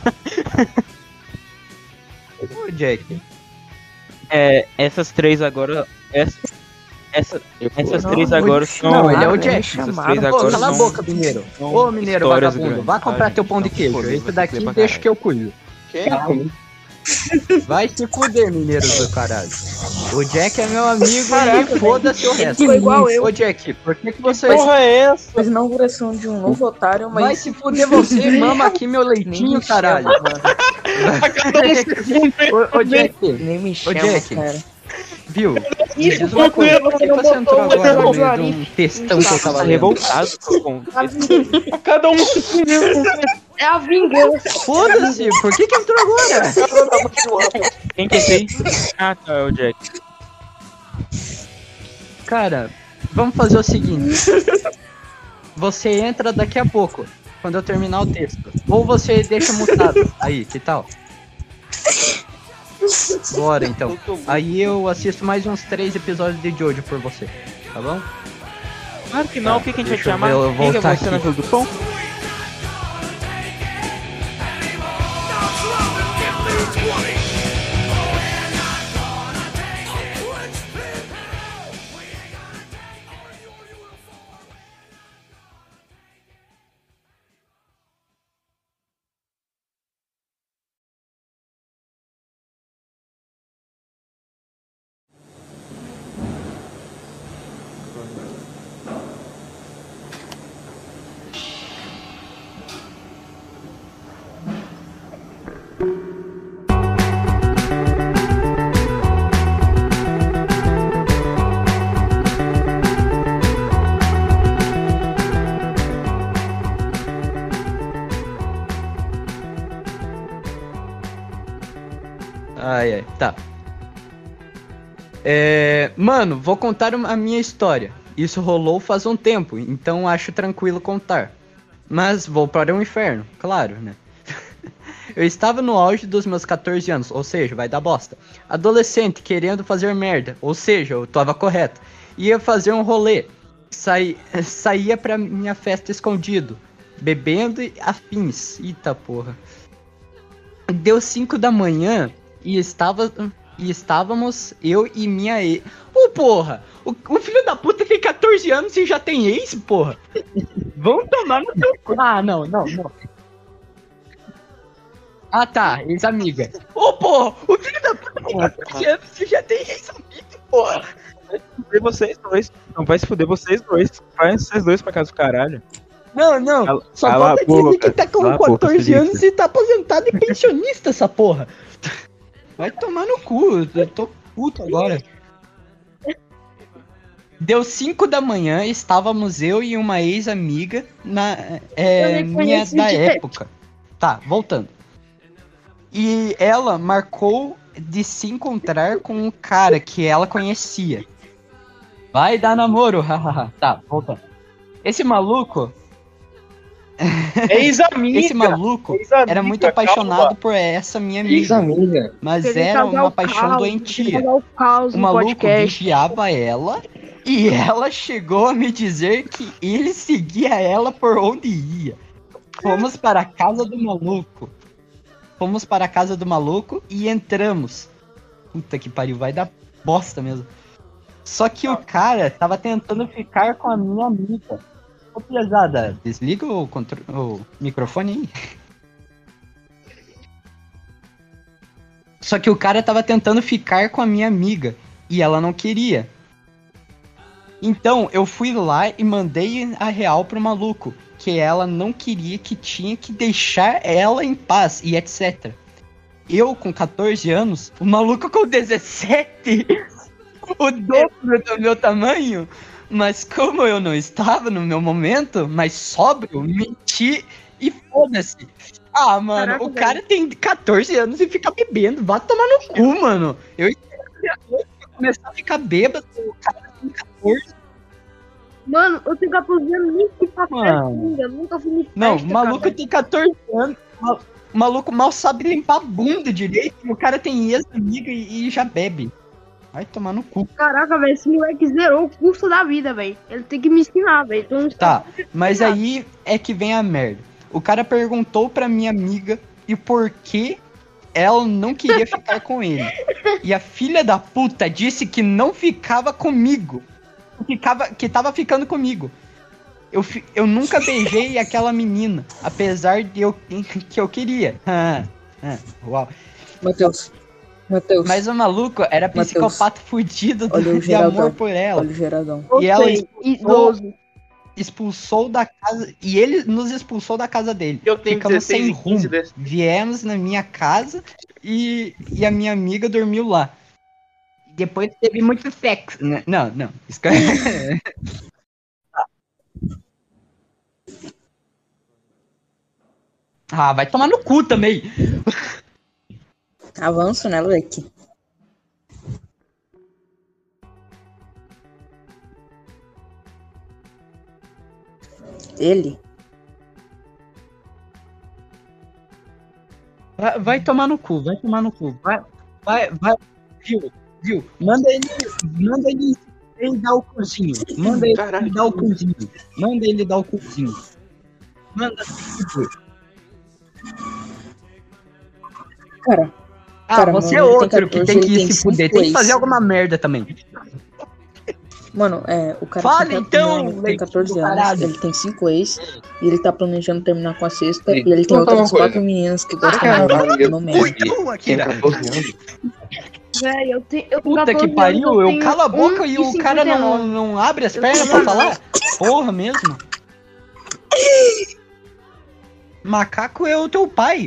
Ô, Jack. É, essas três agora. Essa, essa, essas Não, três vou agora te são. Não, ele é o Ah, Jack. me Essas chamaram. três Ô, agora cala a são- boca, mineiro. são Ô, mineiro histórias vagabundo. grandes, Vai comprar tá, teu gente? pão de Então, queijo. foda-se, Esse vai daqui se fuder pra deixa caralho. que eu cuido. Quem? Vai se fuder, mineiro do caralho. O Jack é meu amigo Caraca, e foda-se o resto. Ficou igual eu. Ô, Jack, por que que você... Porra é essa? Mas inauguração de um novo otário, mas. Vai se fuder você, mama aqui meu Nem leitinho, me caralho. chama, mano. Ô, ô, Jack, Nem me chama, Jack. cara. viu? Me Isso diz uma porque coisa, por que você não você entrou botou o agora no episódio meio de ali? um textão que eu tava Tá lendo? revoltado com Cada um se fudeu. É a vingança. Foda-se, por que que entrou agora? Quem que é esse aí? Ah, tá, é o Jack. Cara, vamos fazer o seguinte. Você entra daqui a pouco, quando eu terminar o texto. Ou você deixa mutado. Aí, que tal? Bora então. Aí eu assisto mais uns três episódios de Jojo por você, tá bom? Claro que não, o que, que a gente vai te deixa eu chamar? ver, eu Quem que é voltar você na aqui. fila do pão? Ai, ai, tá. É, mano, vou contar uma- a minha história. Isso rolou faz um tempo, então acho tranquilo contar. Mas vou para o inferno, claro, né? Eu estava no auge dos meus catorze anos, ou seja, vai dar bosta. Adolescente querendo fazer merda, ou seja, eu tava correto. Ia fazer um rolê. Saí, saía pra minha festa escondido, bebendo e afins. Eita porra. Deu cinco da manhã e estava e estávamos eu e minha ex. Ô porra, o, o filho da puta tem catorze anos e já tem ex, porra. Vão tomar no teu cu. Ah, não, não, não. Ah tá, ex-amiga. Ô porra, o filho da puta tem catorze anos e já tem ex-amiga, porra. Fuder vocês dois. Não vai se fuder vocês dois. Vai vocês dois pra casa do caralho. Não, não. Cala- Só cala falta a boca, dizer que tá com cala a boca, catorze anos Felipe. e tá aposentado e pensionista essa porra. Vai tomar no cu, eu tô puto agora. Deu cinco da manhã, estávamos eu e uma ex-amiga na é, Eu nem minha conheço da de- época. Tá, voltando. E ela marcou de se encontrar com um cara que ela conhecia. Vai dar namoro, hahaha. Tá, voltando. Esse maluco, Ex-amiga. esse maluco Ex-amiga, era muito calma. apaixonado por essa minha amiga. Ex-amiga. Mas Queria era causar uma o paixão caos, doentia. queria causar o caos O no maluco podcast. vigiava ela e ela chegou a me dizer que ele seguia ela por onde ia. Fomos para a casa do maluco. Fomos para a casa do maluco e entramos. Puta que pariu, vai dar bosta mesmo. Só que o cara tava tentando ficar com a minha amiga. Ô, pesada, desliga o, contro- o microfone aí. Só que o cara tava tentando ficar com a minha amiga e ela não queria. Então eu fui lá e mandei a real pro maluco, que ela não queria, que tinha que deixar ela em paz e etcétera. Eu com catorze anos, o maluco com dezessete, o dobro do meu tamanho, mas como eu não estava no meu momento, mas sóbrio, menti e foda-se. Ah, mano, Caraca, o velho. cara tem catorze anos e fica bebendo, vai tomar no cu, mano. Eu ia começar a ficar bêbado, o cara tem catorze. Mano, eu tenho catorze anos, nem fui pra festa Mano. ainda, nunca fui em festa, Não, o maluco cara. tem catorze anos, O maluco mal sabe limpar a bunda direito. O cara tem ex-amiga e, e já bebe. Vai tomar no cu. Caraca, velho, esse moleque zerou o curso da vida, velho. Ele tem que me ensinar, velho. Então, Tá, mas aí é que vem a merda. O cara perguntou pra minha amiga e por que ela não queria ficar com ele. E a filha da puta disse que não ficava comigo. Ficava, que tava ficando comigo. Eu, fi- eu nunca beijei aquela menina, apesar de eu que eu queria. Ah, ah, uau. Matheus. Matheus. Mas o maluco era Mateus. psicopata fudido Olha o de geradão. amor por ela. Olha o geradão. E ela Sei, expulsou, idoso. expulsou da casa. E ele nos expulsou da casa dele. Eu tenho Ficamos dezesseis sem e quinze rumo. desse. Viemos na minha casa e, e a minha amiga dormiu lá. Depois teve muito sexo. né? Não, não. Isso que- Ah, vai tomar no cu também. Avanço, né, Leque? Ele? Vai, vai tomar no cu, vai tomar no cu. Vai, vai, vai. Viu, viu? Manda ele, manda ele, ele dar o cuzinho. Manda ele Caralho. dar o cuzinho. Manda ele dar o cuzinho. Manda. Cara, Ah, Cara, você mano, é ele tem outro que catorze, tem que ele tem se fuder. cinco Tem que fazer ex. alguma merda também. mano, é, o cara Fala tem, então, não, tem leite catorze do anos, caralho. ele tem cinco ex, e ele tá planejando terminar com a sexta, Sim. e ele tem Vou falar outras uma coisa. quatro meninas que Ah, gostam cara, dele, no Ui, médio. então, Tem Akira. catorze anos. Velho, eu tenho. Eu, com Puta que catorze pariu, anos, eu tenho calo a boca um e o cara não, cinquenta e nove. não abre as Eu pernas tenho pra uma- falar? Porra mesmo. Macaco é o teu pai.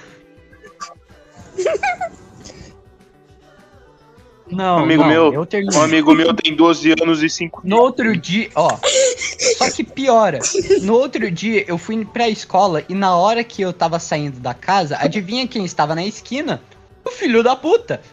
Não, Um amigo não, meu- eu termino. Um amigo meu tem doze anos e cinco No outro dia, ó, só que piora. No outro dia eu fui pra escola e na hora que eu tava saindo da casa, adivinha quem estava na esquina? O filho da puta.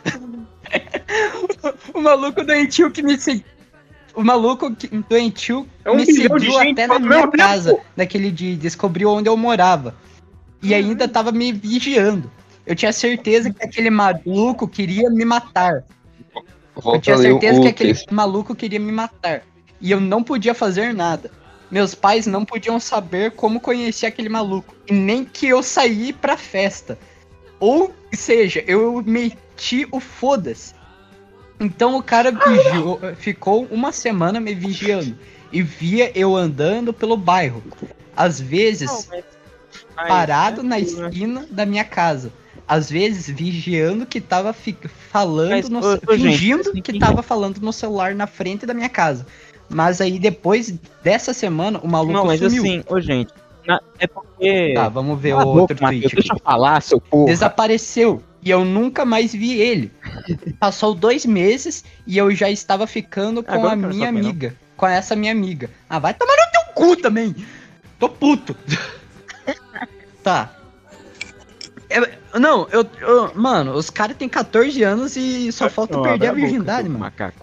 O maluco doentio que me seguiu. O maluco que, doentio É um me bilhão de seguiu gente até na ao minha mesmo tempo. casa naquele dia, descobriu onde eu morava. E ainda tava me vigiando. Eu tinha certeza que aquele maluco queria me matar. Eu Volta tinha a ler certeza o que aquele texto. maluco queria me matar. E eu não podia fazer nada. Meus pais não podiam saber como conhecer aquele maluco. E nem que eu saí pra festa. Ou seja, eu meti o foda-se. Então o cara vigiou, ficou uma semana me vigiando. E via eu andando pelo bairro. Às vezes, parado na esquina da minha casa. Às vezes, vigiando que tava fi- falando, Mas, no, ô, ô, gente, fingindo assim, que quem- tava falando no celular na frente da minha casa. Mas aí, depois dessa semana, o maluco Não, mas sumiu. assim, ô gente, na- é porque. Tá, vamos ver Cala a o boca, outro Matheus, tweet. deixa eu falar, seu porra. Desapareceu. E eu nunca mais vi ele. Passou dois meses e eu já estava ficando com Agora a eu quero minha saber, não. amiga. Com essa minha amiga. Ah, vai tomar no teu cu também. Tô puto. Tá. É, não, eu, eu- Mano, os caras têm catorze anos e só falta Não, perder a abre boca, virgindade, seu mano. Macaco.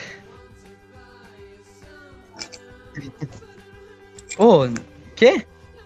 Ô, quê?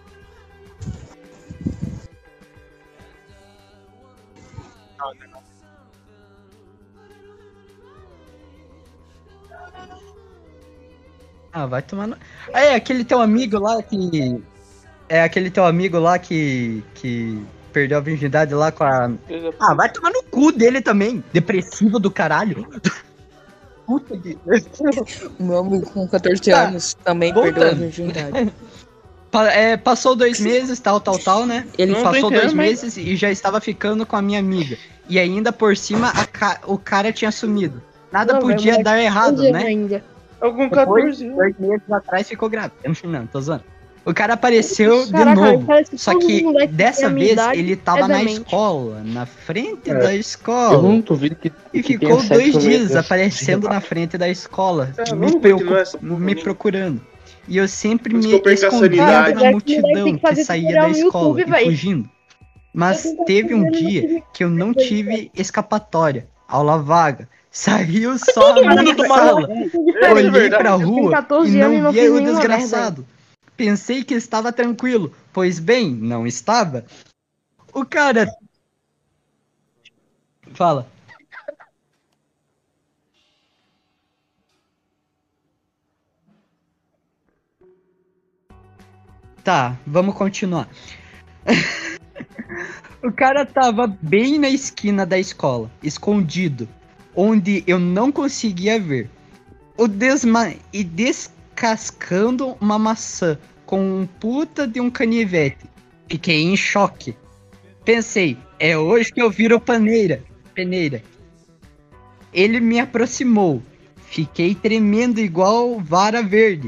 Ah, vai tomar no... Ah, é aquele teu amigo lá que... É aquele teu amigo lá que... Que perdeu a virgindade lá com a... Ah, vai tomar no cu dele também. Depressivo do caralho. Puta que... O meu amigo com catorze Tá, anos também voltando. perdeu a virgindade. Pa- é, passou dois meses, tal, tal, tal, né? Ele Não tô passou dois entendendo, mas- meses e já estava ficando com a minha amiga. E ainda por cima a ca- o cara tinha sumido. Nada Não, podia velho, dar errado, catorze né? ainda. Eu com Depois, catorze anos. dois meses atrás ficou grávida. Não, tô zoando. O cara apareceu Caraca, de novo. parece que Só todo que moleque que dessa tem a minha vez idade ele tava é na demente. escola, na frente É. da Eu escola. não duvido que. E que ficou tenha dois sexo no meio dias desse- aparecendo na frente da escola, É, me, vamos preocup- continuar essa porra, me né? procurando. E eu sempre Por isso me que eu perco a escondia sanidade. na Cara, esse moleque tem multidão que fazer que saía tutorial da no escola YouTube, e véi. fugindo. Mas Eu tô teve um fazendo dia no que eu não YouTube. tive escapatória. Aula vaga. Saiu só todo a mundo minha tomar sala. É Olhei verdade. pra Eu tenho rua catorze e anos e não não via fiz o nenhuma desgraçado. Pensei que estava tranquilo, pois bem, não estava. O cara. Fala. Tá, vamos continuar. O cara tava bem na esquina da escola, escondido, onde eu não conseguia ver. O desma... E descascando uma maçã com um puta de um canivete. Fiquei em choque. Pensei, é hoje que eu viro paneira. Peneira. Ele me aproximou. Fiquei tremendo igual vara verde.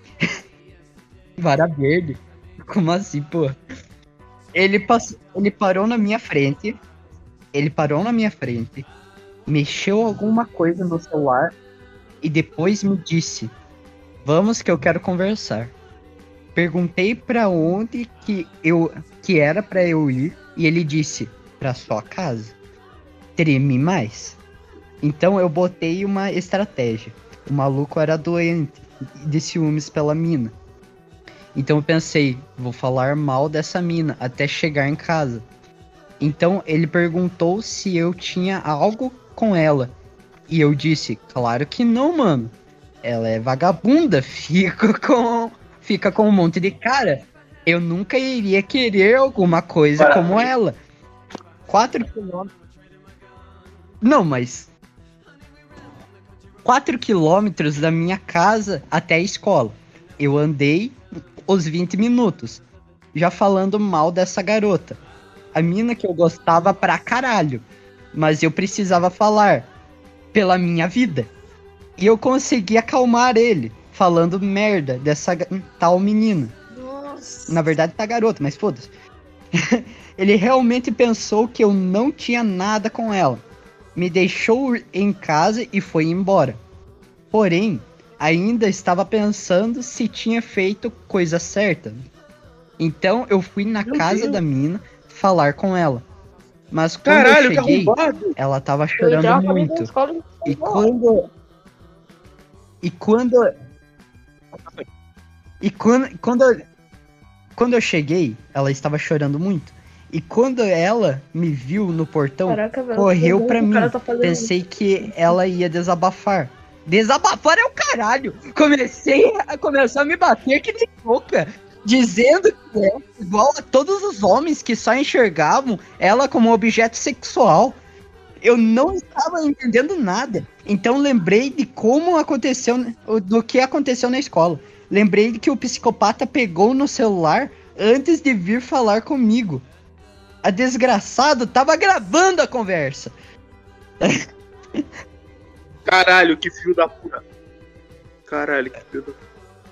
Vara verde? Como assim, pô? Ele, pass... ele parou na minha frente. Ele parou na minha frente. Mexeu alguma coisa no celular. E depois me disse: vamos que eu quero conversar. Perguntei pra onde que, eu... que era pra eu ir. E ele disse: pra sua casa. Treme mais. Então eu botei uma estratégia. O maluco era doente de ciúmes pela mina. Então eu pensei, vou falar mal dessa mina até chegar em casa. Então ele perguntou se eu tinha algo com ela. E eu disse, claro que não, mano. Ela é vagabunda, fica com, fica com um monte de cara. Eu nunca iria querer alguma coisa como ela. Quatro quilômetros. Não, mas... Quatro quilômetros da minha casa até a escola. Eu andei os vinte minutos, já falando mal dessa garota. A mina que eu gostava pra caralho. Mas eu precisava falar, pela minha vida. E eu consegui acalmar ele, falando merda dessa tal menina. Nossa. Na verdade tá garota, mas foda-se. Ele realmente pensou que eu não tinha nada com ela. Me deixou em casa e foi embora. Porém, ainda estava pensando se tinha feito coisa certa. Então eu fui na Meu casa Deus. da mina falar com ela. Mas quando Caralho, eu que cheguei, arrombado. ela tava Eu chorando entrava pra dentro da muito. escola e E quando... E quando... E quando... Quando eu, quando eu cheguei, ela estava chorando muito. E quando ela me viu no portão, Caraca, velho, correu que pra bom que o mim. cara tá fazendo Pensei que ela ia desabafar. Desabafar é o caralho! Comecei a começar a me bater que nem louca. Dizendo que é igual a todos os homens que só enxergavam ela como objeto sexual. Eu não estava entendendo nada. Então lembrei de como aconteceu, do que aconteceu na escola. Lembrei de que o psicopata pegou no celular antes de vir falar comigo. A desgraçado tava gravando a conversa. Caralho, que filho da puta. Caralho, que filho da puta.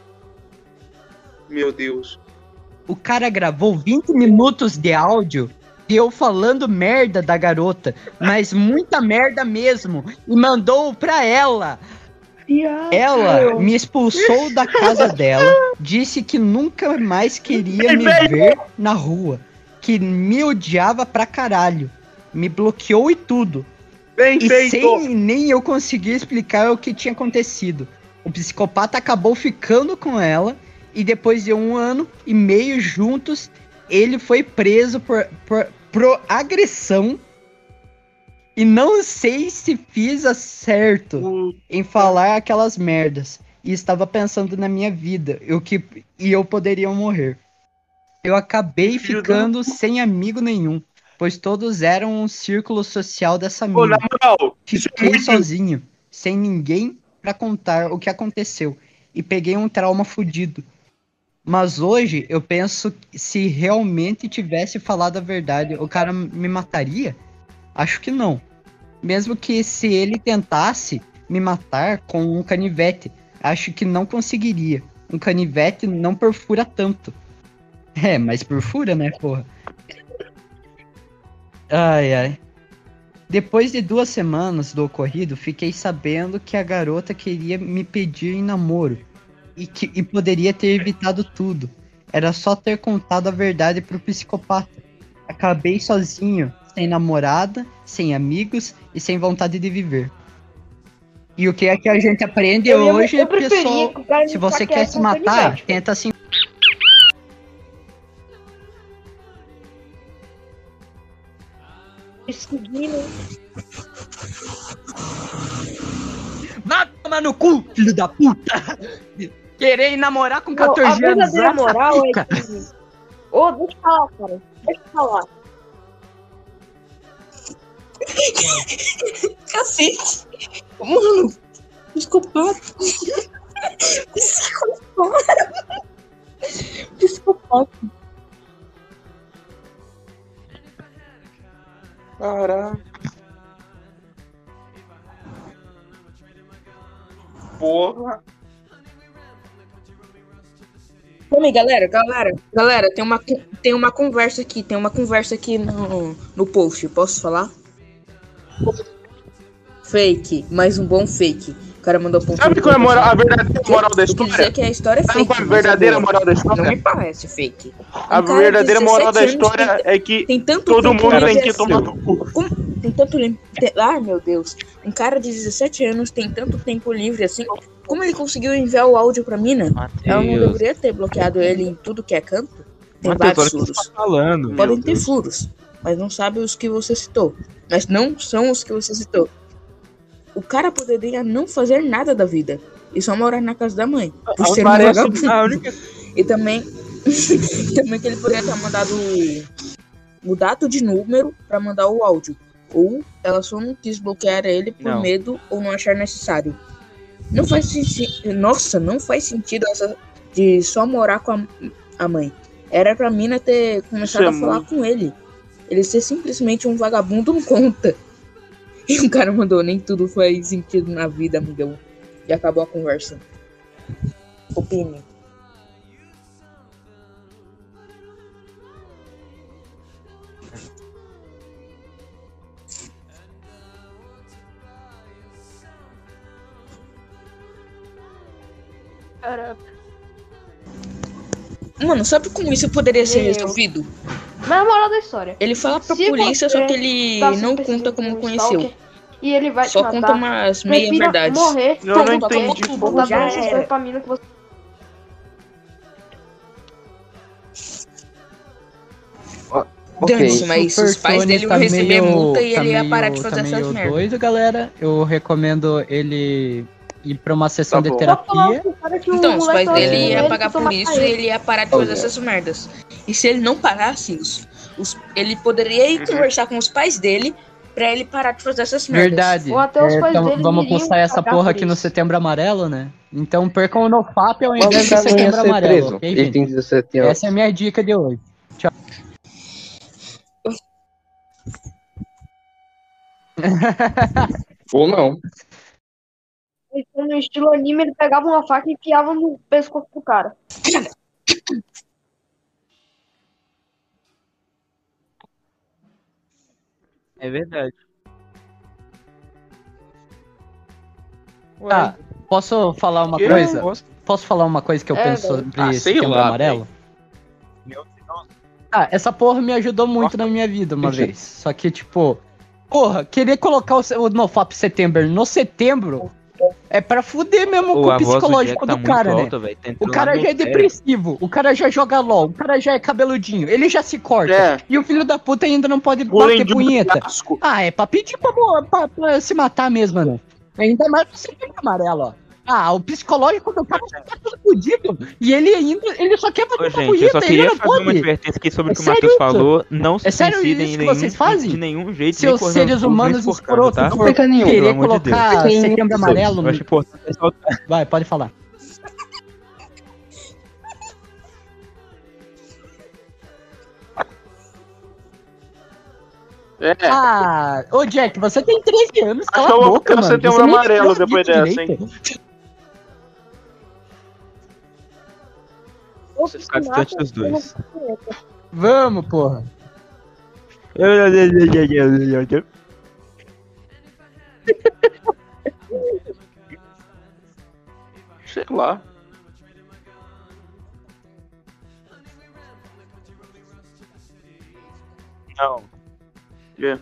Meu Deus. O cara gravou vinte minutos de áudio de eu falando merda da garota, mas muita merda mesmo, e mandou pra ela. Ela me expulsou da casa dela, disse que nunca mais queria me ver na rua, que me odiava pra caralho, me bloqueou e tudo. Bem E feito. sem nem eu conseguir explicar o que tinha acontecido. O psicopata acabou ficando com ela e depois de um ano e meio juntos, ele foi preso por, por, por agressão. E não sei se fiz certo O- em falar aquelas merdas. E estava pensando na minha vida eu que, e eu poderia morrer. Eu acabei Filho ficando sem amigo nenhum, pois todos eram um círculo social dessa Pô, mina. na moral, isso é Fiquei muito... sozinho, sem ninguém pra contar o que aconteceu. E peguei um trauma fudido. Mas hoje eu penso que se realmente tivesse falado a verdade, o cara me mataria? Acho que não. Mesmo que se ele tentasse me matar com um canivete, acho que não conseguiria. Um canivete não perfura tanto. É, mas perfura, né, porra? Ai, ai. Depois de duas semanas do ocorrido, fiquei sabendo que a garota queria me pedir em namoro. E, que, e poderia ter evitado tudo. Era só ter contado a verdade pro psicopata. Acabei sozinho, sem namorada, sem amigos e sem vontade de viver. E o que é que a gente aprende Eu ia- hoje, eu preferia pessoal? que o cara me Se você quer saqueasse se com matar, canivete. tenta assim. Seguindo. Vai tomar no cu, filho da puta! Querer namorar com A quatorze anos. verdadeira essa moral é fica. que. Ô, deixa eu falar, cara. Deixa eu falar. Cacete. Mano, psicopata. Psicopata. Psicopata. Caraca. Porra. Calma aí, galera, galera, galera, tem uma, tem uma conversa aqui, tem uma conversa aqui no, no post, posso falar? Fake, mais um bom fake. O cara mandou ponto. Sabe qual é a, moral, a verdadeira moral da Eu quis dizer história? que a história é Sabe fake. qual é a mas é verdadeira boa. moral da Não história? me parece fake. A Um cara de verdadeira moral da dezessete anos história tem, é que tem tanto todo tempo mundo livre tem que assim. tomar no cu. Como tem tanto lim- te- Ai, meu Deus. Um cara de dezessete anos tem tanto tempo livre assim. Como ele conseguiu enviar o áudio pra mina? Ela não Matheus, deveria ter bloqueado ele em tudo que é canto? Tem Matheus, olha vários o que você furos. tá falando. Podem Meu ter Deus. furos, mas não sabe os que você citou. Mas não são os que você citou. O cara poderia não fazer nada da vida e só morar na casa da mãe. Por ser um Parece- vagabundo. A única... E também, também que ele poderia ter mandado mudado de número pra mandar o áudio. Ou ela só não quis bloquear ele por Não. medo ou não achar necessário. Não faz sentido. Nossa, não faz sentido essa de só morar com a, a mãe. Era pra mina ter começado Isso é a falar muito- com ele. Ele ser simplesmente um vagabundo não conta. E o cara mandou, nem tudo faz sentido na vida, amigão. E acabou a conversa. Opine. Cara, Mano, sabe como isso poderia ser Eu. resolvido? mas a moral da história. Ele fala pra Se polícia, você só que ele tá se não perseguindo conta como por um conheceu. stalker E ele vai Só te conta matar. umas Prefira meia-verdades. morrer Eu não do que entendi, botar pô. todas Já essas era. coisas pra mina que você... Ok. Dane-se, mas os pais dele iam receber multa e tá ele ia meio- parar de tá fazer essas meio merdas. doido, galera. Eu recomendo ele ir pra uma sessão Tá de bom. terapia. Então, os pais dele é- iam pagar por isso e ele ia parar de fazer Olha. essas merdas. E se ele não parasse, os, os- ele poderia ir Uhum. conversar com os pais dele pra ele parar de fazer essas merdas. Verdade. Ou até os É, pais então, dele vamos iriam postar essa pagar porra por aqui no isso. Setembro Amarelo, né? Então percam o NoFap ao Mas invés o do cara não ia Setembro ser Amarelo, preso. ok, Ele gente? tem dezessete anos. Essa é a minha dica de hoje. Ou não. Então, no estilo anime, ele pegava uma faca e enfiava no pescoço do cara. É verdade. Ué, Tá, posso falar uma Que? coisa? Posso? Posso falar uma coisa que eu É, penso velho. sobre Ah, sei Setembro lá, Amarelo? Meu Deus. Ah, essa porra me ajudou muito na minha vida uma Entendi. vez. Só que, tipo, porra, querer colocar o, se- o NoFap Setembro no setembro é pra fuder mesmo Ô, com a o voz do Jack psicológico tá do muito cara, né? alta, velho. Tá O entrando cara no já é meu cérebro. depressivo, o cara já joga LOL, o cara já é cabeludinho, ele já se corta. É. E o filho da puta ainda não pode Bullying bater de punheta. Brasco. Ah, é pra pedir pra, pra- pra se matar mesmo, né? Ainda mais pro Setembro Amarelo, ó. Ah, o psicológico do cara já tá tudo fudido. E ele ainda, ele só quer Ô, bater pra gente, eu só punheta, ele queria não fazer uma pode. advertência aqui sobre É o que o sério Matheus isso? falou. Não se É sério suicidem isso em que nenhum, vocês fazem? de nenhum jeito. Seus nem correndo seres risco, nem humanos enforcando, escrotos, tá? por Fica nenhum. querer Pelo amor de colocar Deus. Setembro Amarelo Eu no... acho importante ressaltar. Vai, pode falar. É. Ah, ô Jack, você tem treze anos, cala Acho que a eu vou boca, ficar no mano. Setembro Você nem Amarelo escreve depois dessa, hein? direito. Você ficar distante dos dois. Vamos, porra. Sei lá. Não. É.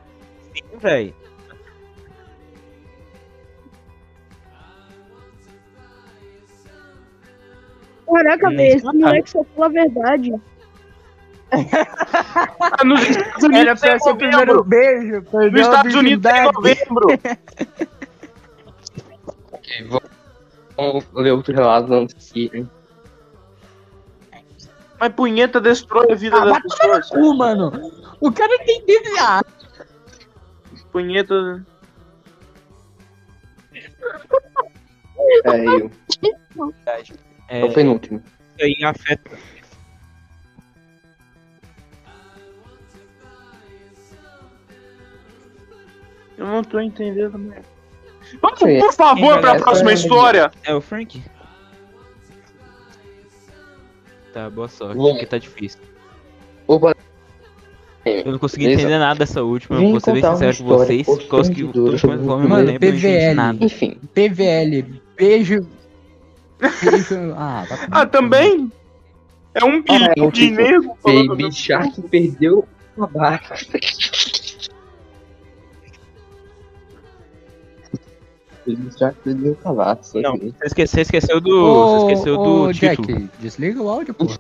Sim, velho. Caraca, Nem velho, se esse matar. moleque só fala a verdade. Ah, nos Estados Unidos Era é pra ser o novembro. primeiro beijo, Nos perdeu a Estados Unidos é em virgindade. novembro. Ok, vamos- vamos ler outro relato antes que. Mas punheta destrói a vida Ah, das vai tomar pessoas. no cu, mano. O cara tem D V A. Punheta. É, eu. É, É o penúltimo. isso aí afeta. Eu não tô entendendo mais. Vamos, Sim. por favor, pra Essa próxima é- história. É o Frank? Tá, boa sorte, Vamos. porque tá difícil. Opa, Eu não consegui Beleza. entender nada dessa última, Vim vou ser bem contar uma sincero com história vocês, por causa que constrangedora toda sobre forma o eu não Mano, lembro, eu não entendi P V L. nada. enfim. P V L, beijo. Beijo. Ah, tá bom. Ah, também? É um Ah, é bilhão o de título. nego falando. Baby Shark perdeu a barca. Baby Shark perdeu o cavalo. só Não, que- você esqueceu, você esqueceu do. Ô, Você esqueceu do ô, Jack, título. desliga o áudio, pô.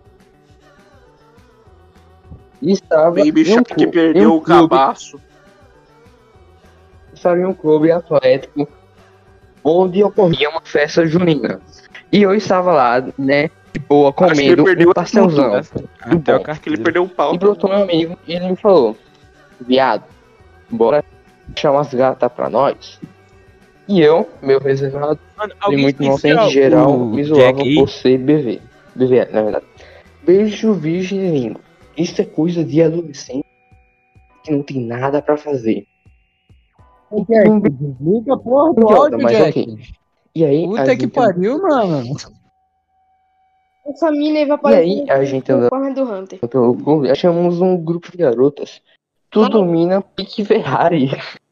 E estava Baby em um Shark clu- perdeu em um o clube- cabaço. Estava em um clube atlético onde ocorria uma festa junina. E eu estava lá, né, de boa, Acho que ele comendo perdeu um a pastelzão. Até o bom. Acho que ele carteiro. perdeu o pau. E brotou meu amigo e ele me falou: viado, bora chamar as gatas pra nós. E eu, meu reservado Mano, e alguém muito conhecia inocente geral, o me Jack zoava aí? por ser B V. B V, na verdade. Beijo virgem lindo. Isso é coisa de adolescente que não tem nada pra fazer. Jack, desliga a porra do Idiota, áudio, mas Jack. ok. E aí, a Puta que gente- pariu, mano. Essa mina aí vai E aí, a gente andando correndo do Hunter. pelo clube, achamos um grupo de garotas. Tudo mina pique Ferrari.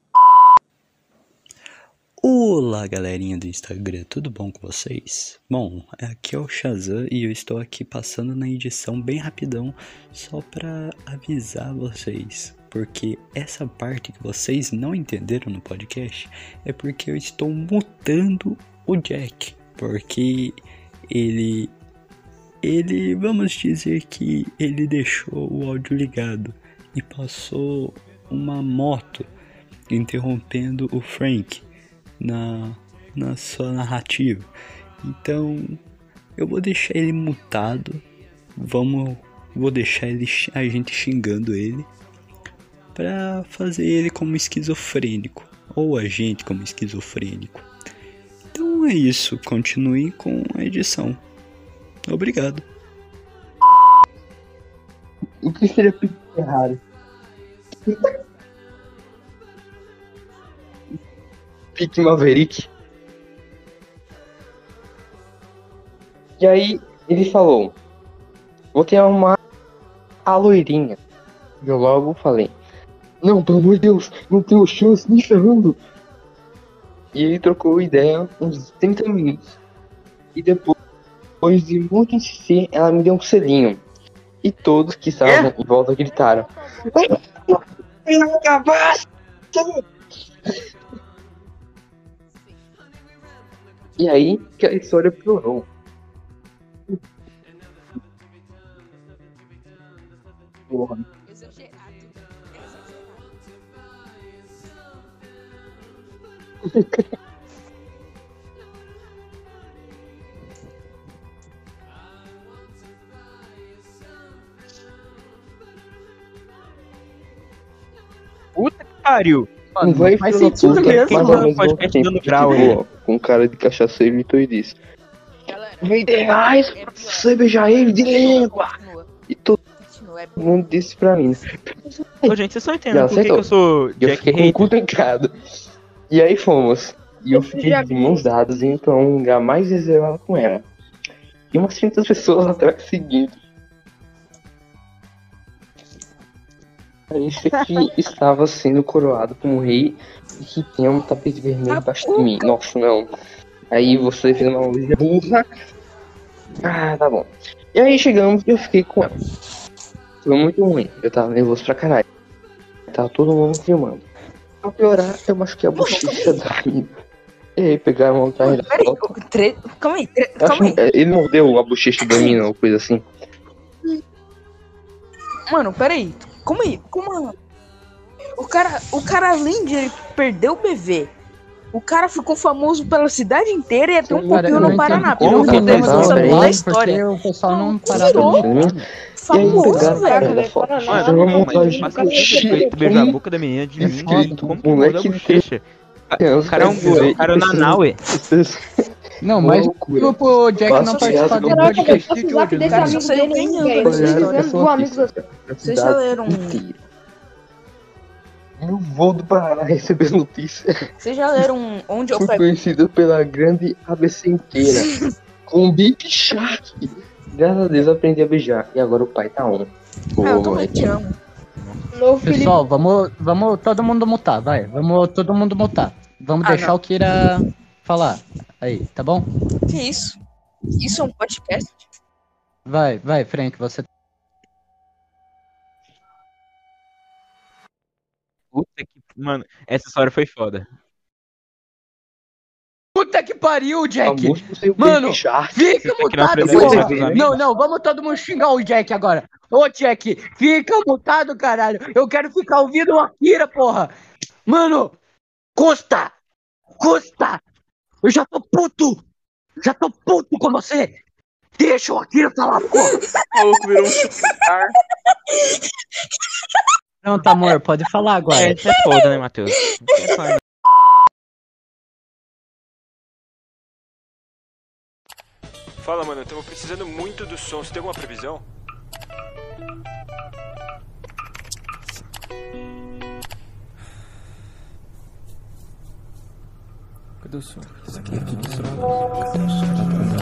Olá, galerinha do Instagram, tudo bom com vocês? Bom, aqui é o Shazam e eu estou aqui passando na edição bem rapidão só para avisar vocês, porque essa parte que vocês não entenderam no podcast é porque eu estou mutando o Jack, porque ele, ele, vamos dizer que ele deixou o áudio ligado e passou uma moto interrompendo o Frank na, na sua narrativa. Então eu vou deixar ele mutado. Vamos, vou deixar ele, a gente xingando ele pra fazer ele como esquizofrênico, ou a gente como esquizofrênico. Então é isso, continue com a edição. Obrigado. O que seria pique Ferrari? Pique Maverick. E aí, ele falou: vou te arrumar a loirinha. Eu logo falei: não, pelo amor de Deus, não tenho chance nem ferrando. E ele trocou ideia uns trinta minutos. E depois, depois de muito insistir, ela me deu um selinho. E todos que estavam em volta gritaram: não acabaste! E aí que a história piorou. Porra. Puta que pariu. Não vai faz filho da sentido puta, mesmo, mas mano. ao mesmo Podcast tempo dando que grau, boa, com cara de cachaceiro gritou e disse: vinte reais pra você beijar ele de língua. E todo mundo disse pra mim. Ô, gente, vocês estão Já entendendo por que, que aceitou. eu sou E eu Jack fiquei com o Hater? cu trancado. E aí fomos. E eu fiquei de mãos dadas e então um lugar mais reservado com ela. E umas trinta pessoas atrás seguindo. Parecia que estava sendo coroado como rei e que tinha um tapete vermelho embaixo de mim. Nossa, não. Aí você fez uma luz burra. Ah, tá bom. E aí chegamos e eu fiquei com ela. Foi muito ruim. Eu tava nervoso pra caralho. Tava todo mundo filmando. Pra piorar, eu acho que a bochecha da mina. E aí pegaram uma atrás da foto. Tre... Calma aí, tre... Acho calma aí. que ele mordeu a bochecha da menina ou coisa assim. Mano, peraí. Como aí? Como? O cara, o cara, além de perder o bebê, o cara ficou famoso pela cidade inteira e até um Cara, pouquinho eu não no Paraná. entendo Pelo como que eu que tenho ele noção tá, da velho. história. Porque o pessoal não Não, parava tirou. de... E aí Famoso, pegaram velho. ela, velho, foto. Paraná. Mano, Chegou a não, montar mas faz um sentido tu beijar a boca da menina de mim, Escrito, como que moleque mordeu a de bochecha? O cara é um Criança, o cara é o e pensando- Nanaue. Não, mas Loucura. pro Jack não Passa participar do piada, Caraca, velho, podcast passa de o zap hoje, desse né? Cara, só amigo saiu dele aí, ganhando, velho. vocês Vocês estão- dizendo do amigo da... Vocês já leram. No voo do Paraná receber notícia. Vocês já leram onde eu Fui pego. conhecido pela grande A B C inteira. Com Big Shark. Graças a Deus eu aprendi a beijar. E agora o pai tá on. Ah, eu Ô, também te amo. Novo Felipe. Pessoal, vamos, vamos todo mundo mutar, vai. Vamos todo mundo mutar. Vamos Ah, deixar não. o Kira falar. Aí, tá bom? Que isso? Isso é um podcast? Vai, vai, Frank, você. Puta que... Mano, essa história foi foda. Puta que pariu, Jack! famoso por ser o Mano, Baby Shark. Fica Você tá querendo mutado, aprender com porra! seus amigos? Não, não, vamos todo mundo xingar o Jack agora. Ô, Jack, fica mutado, caralho. Eu quero ficar ouvindo o Akira, porra. Mano, custa! Custa! Eu já tô puto! Já tô puto com você! Deixa o Akira falar, porra! O maluco virou um chutar. Pronto, amor, pode falar É, agora. isso é foda, né, Matheus? Não quero falar, não. Fala, mano, estamos precisando muito do som. Você tem alguma previsão? Cadê o som? Isso aqui, aqui, que som?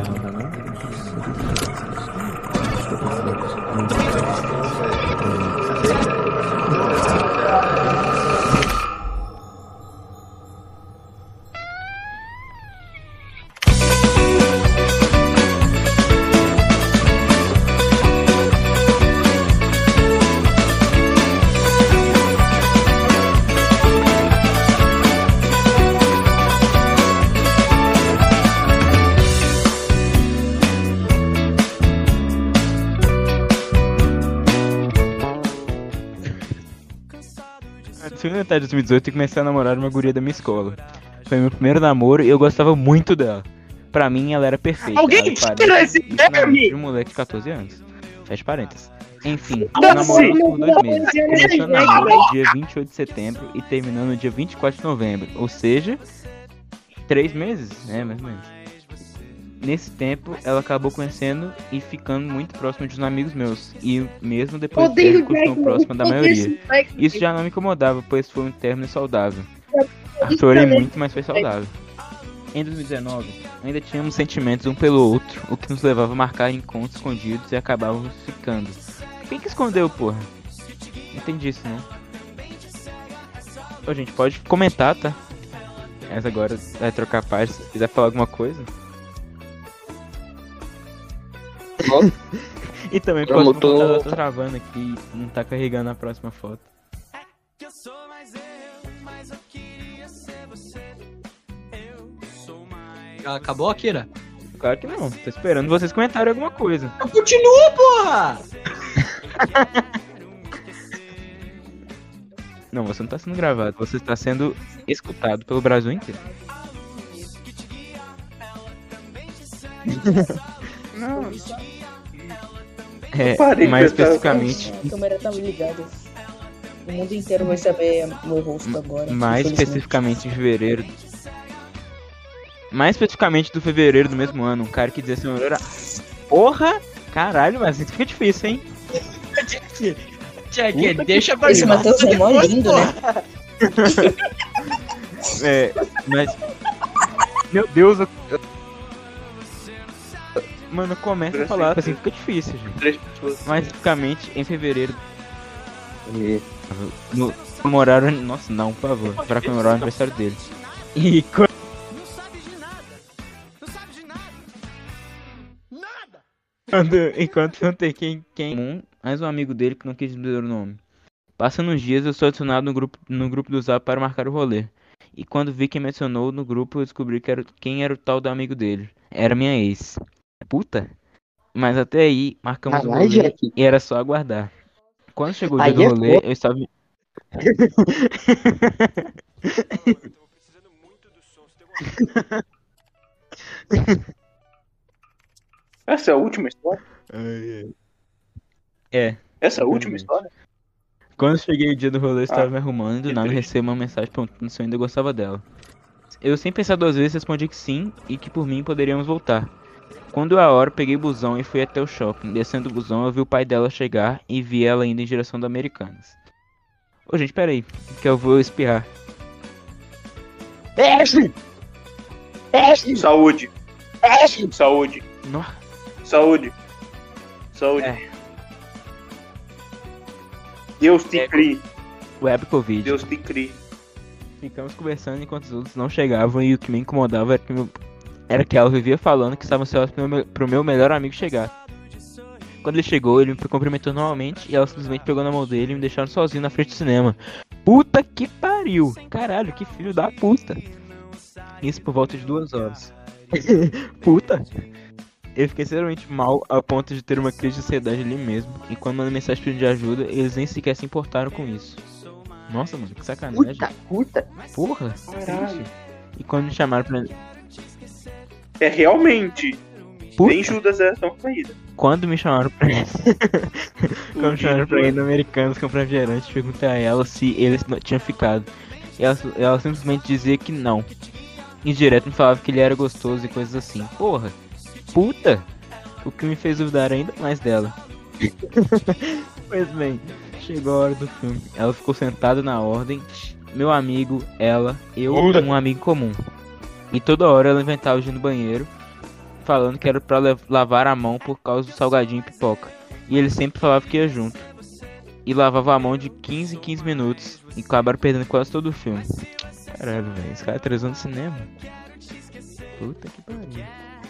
Na segunda metade de dois mil e dezoito eu comecei a namorar uma guria da minha escola. Foi meu primeiro namoro e eu gostava muito dela. Pra mim ela era perfeita. Alguém Abre tira parênteses, esse isso na termo! mente de um moleque de catorze anos. Fecha parênteses. Enfim, Não, namoramos sim. por dois meses. Começando Não, namoro no dia vinte e oito de setembro e terminando no dia vinte e quatro de novembro. Ou seja, três meses, né, mais ou menos. Nesse tempo, ela acabou conhecendo e ficando muito próxima de uns amigos meus. E mesmo depois de Odeio tempo, continuou Jack, próxima da odeio maioria. esse moleque. Isso já não me incomodava, pois foi um término saudável. Chorei muito, mas foi saudável. Em dois mil e dezenove, ainda tínhamos sentimentos um pelo outro, o que nos levava a marcar encontros escondidos e acabávamos ficando. Quem que escondeu, porra? Não entendi isso, não. Ô, gente, pode comentar, tá? Essa agora vai trocar parte, se quiser falar alguma coisa. E também, Já próximo botou- computador tá travando aqui, não tá carregando a próxima foto. Já acabou, Akira? Claro que não, tô esperando vocês comentarem alguma coisa. Eu continuo, porra! Não, você não tá sendo gravado, você está sendo escutado pelo Brasil inteiro. Não, É, parei de mais pensar. especificamente, A câmera tá ligada. O mundo inteiro vai saber meu rosto agora. mais infelizmente. especificamente em fevereiro. Mais especificamente do fevereiro do mesmo ano, um cara que dizia assim, era... Porra! Caralho, mas isso fica difícil, hein? Jack, deixa pra Esse Matheus é mó lindo, né? É, mas... Meu Deus, eu... Mano, começa a falar, assim, fica difícil, gente. Três pessoas. Mais especificamente em fevereiro, E no comemorar... o- Nossa, não, por favor, pra comemorar o aniversário dele. E quando... Quando, enquanto não tem quem, quem comum, mais um amigo dele que não quis dizer o nome. Passando uns dias, eu sou adicionado no grupo, no grupo do Zap para marcar o rolê. E quando vi quem mencionou no grupo, eu descobri que era, quem era o tal do amigo dele. era minha ex. Puta. Mas até aí, marcamos o Caralho, rolê Jack. e era só aguardar. Quando chegou o dia Aí do é rolê, eu estava. Tô precisando muito do som. Você tem alguma Essa é a última história? É. Essa é a última Exatamente. história? Quando cheguei o dia do rolê, eu estava Ah, me arrumando e do que nada triste. recebo uma mensagem perguntando se eu ainda gostava dela. Eu, sem pensar duas vezes, respondi que sim e que por mim poderíamos voltar. Quando a hora, peguei busão e fui até o shopping. Descendo o busão, eu vi o pai dela chegar e vi ela indo em direção da Americanas. Ô, gente, peraí, que eu vou espirrar. Saúde. Saúde. Nossa. Saúde. Saúde. É. Deus te É, crie. Web Covid. Deus te crie. Ficamos conversando enquanto os outros não chegavam e o que me incomodava era que, meu- era que ela vivia falando que estavam ansiosa pro meu, pro meu melhor amigo chegar. Quando ele chegou, ele me cumprimentou normalmente e ela simplesmente pegou na mão dele e me deixaram sozinho na frente do cinema. Puta que pariu! Caralho, que filho da puta! Isso por volta de duas horas. Puta! Eu fiquei extremamente mal ao ponto de ter uma crise de ansiedade ali mesmo. E quando mandei mensagem pedindo de ajuda, eles nem sequer se importaram com isso. Nossa, mano, que sacanagem. Puta, puta. Porra, Caralho. triste. E quando me chamaram pra. É realmente. Puta, Nem Judas é tão caída. quando me chamaram pra. quando me chamaram pra ir no Americanos comprar refrigerante, perguntei a ela se eles não tinham ficado. E ela, ela simplesmente dizia que não. E direto me falava que ele era gostoso e coisas assim. Porra, puta! O que me fez duvidar ainda mais dela. Pois bem, chegou a hora do filme. Ela ficou sentada na ordem. Meu amigo, ela, eu e um amigo comum. E toda hora ela inventava de ir no banheiro, falando que era pra le- lavar a mão por causa do salgadinho e pipoca. E ele sempre falava que ia junto. E lavava a mão de quinze em quinze minutos. E acabaram perdendo quase todo o filme. Caralho, velho, esse cara transou no cinema. Puta que pariu.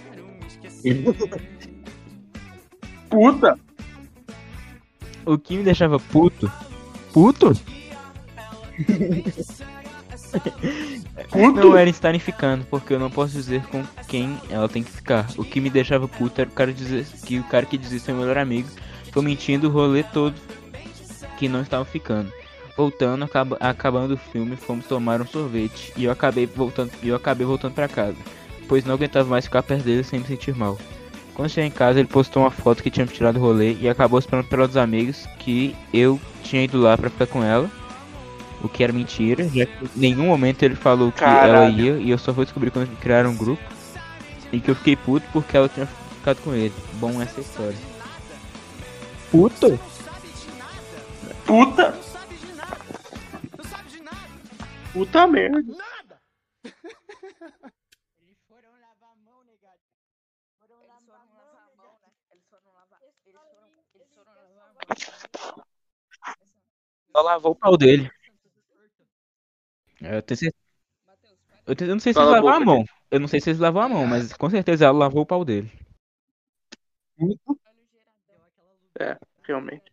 Puta! O que me deixava puto. Puto? Puto? Não era estarem ficando, porque eu não posso dizer com quem ela tem que ficar. O que me deixava puto era o cara dizer que o cara que dizia ser meu melhor amigo foi mentindo o rolê todo que não estavam ficando. Voltando, acaba, acabando o filme, fomos tomar um sorvete e eu acabei voltando, e eu acabei voltando pra casa, pois não aguentava mais ficar perto dele sem me sentir mal. Quando cheguei em casa, ele postou uma foto que tinha me tirado do rolê e acabou esperando pelos amigos que eu tinha ido lá pra ficar com ela. O que era mentira, já que em nenhum momento ele falou que ela Caralho. ia e eu só fui descobrir quando criaram um grupo. E que eu fiquei puto porque ela tinha ficado com ele. Bom, essa é a história. Puto? Puta! Puta merda. Só lavou o pau dele. Eu tenho certeza. Eu, tenho- eu não sei se Cala eles a lavaram a boca, mão. Eu não sei se eles lavaram a mão, mas com certeza ela lavou o pau dele. É, realmente.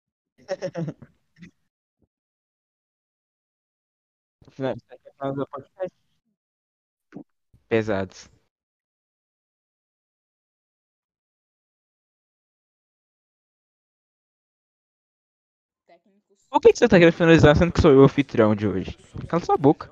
Pesados. Por que, que você tá querendo finalizar sendo que sou eu o anfitrião de hoje? Cala sua boca.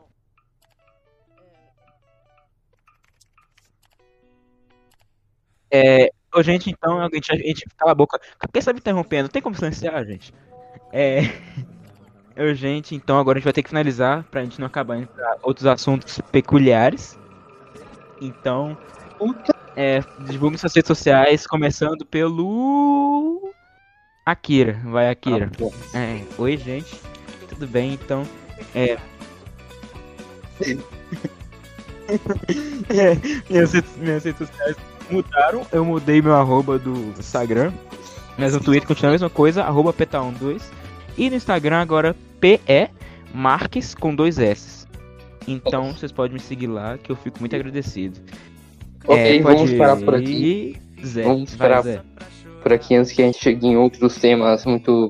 É. Ô, gente, então, alguém a gente cala a boca. Quem sabe interrompendo? Tem como silenciar, gente? É. Ô, gente, então agora a gente vai ter que finalizar pra gente não acabar indo pra outros assuntos peculiares. Então. É, divulgue suas redes sociais, começando pelo. Akira. Vai, Akira. É, oi, gente. Tudo bem? Então, é. É, minhas, redes, minhas redes sociais mudaram. Eu mudei meu arroba do Instagram. Mas no Twitter continua a mesma coisa, arroba P T A um dois. E no Instagram agora P E Marques com dois S. Então vocês podem me seguir lá, que eu fico muito agradecido. Ok, pode vamos parar por ir, aqui. Zé. Vamos Vai, parar Zé. por aqui antes que a gente chegue em outros temas muito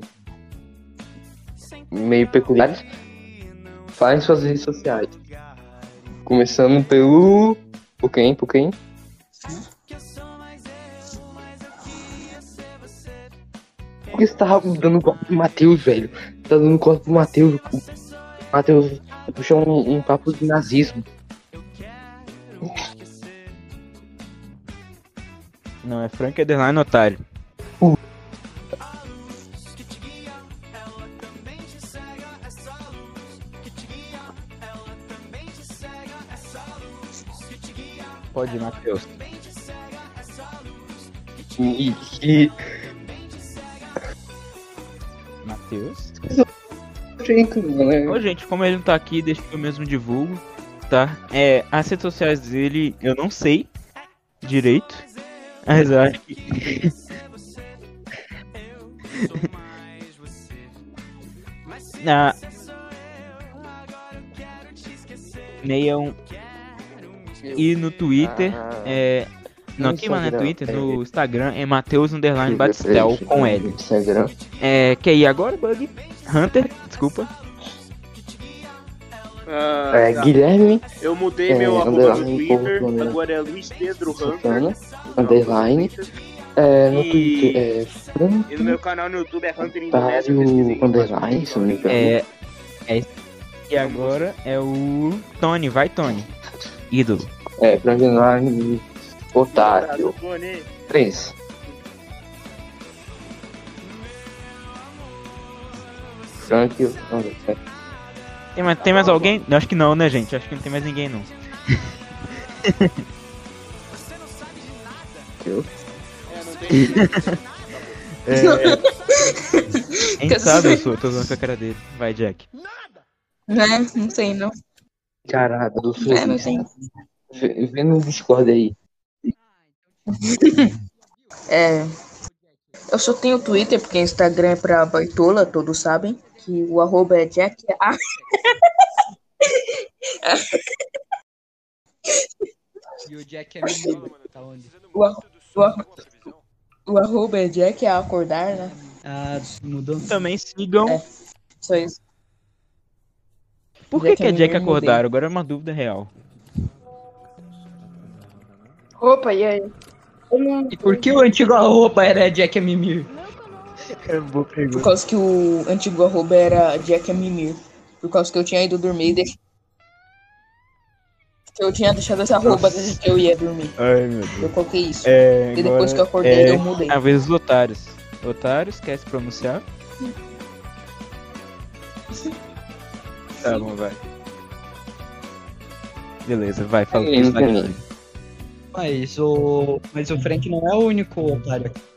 meio peculiares. Falem suas redes sociais. Começando pelo. Por quem? Por quem? Por que você tava dando golpe pro Matheus, velho? Tá dando golpe pro Matheus. Matheus puxou um, um papo de nazismo. Não, é Frank Underline Otário. Pode ir, Matheus. E, e... Matheus? Gente, né? Ô, gente, como ele não tá aqui, deixa que eu mesmo divulgo, tá? É, as redes sociais dele eu não sei direito, mas eu acho que... Na... Meiam... E no Twitter, Ah, é... Não, no aqui mas no Instagram, Twitter, é. no Instagram é Matheus Underline Batistel com L. Instagram. É, quer ir agora, Bug? Hunter, desculpa. Ah, É, tá. Guilherme Eu mudei é, meu arroba no underline, Twitter, ponto, né? agora é Luiz Pedro Hunter. Santana, underline. É, no E- Twitter é Frank E no meu canal no YouTube é Hunter Indonésia. Otário pesquisem. underline, se não me engano. É, é. E agora é o Tony, vai Tony. Ídolo. É, Frank underline Tá, Otário. Tony. três. Frank underline. Tem mais, tem mais alguém? Não, acho que não, né, gente? Acho que não tem mais ninguém, não. É, não tem. É, a gente sabe, eu sou, tô usando com a cara dele. Vai, Jack. Né? Não sei, não. Caralho, do seu. É, não sei. Vê vê no Discord aí. É. Eu só tenho Twitter, porque Instagram é pra baitola, todos sabem. Que o arroba é Jack. Ah, E o Jack é menino. Tá onde? o, arro- o, arro- o arroba é Jack a acordar, né? Ah, mudou. Também sigam. É. Só isso. Por que, Jack que é é Jack menino, acordaram? Agora é uma dúvida real. Opa, e aí? Eu não- E por que o antigo arroba era Jack é Mimir? É uma boa Por pergunta. causa que o antigo arroba era Jack a Mimir. Por causa que eu tinha ido dormir e deix... que eu tinha deixado essa arroba desde que eu ia dormir. Ai, meu Eu Deus. coloquei isso. É, E depois que eu agora acordei, é eu mudei. a vez dos otários. Otários, quer se pronunciar? Tá bom, vai. Beleza, vai, fala o que Eu você tá entendi. dizendo. Mas o. Mas o Frank não é o único otário aqui.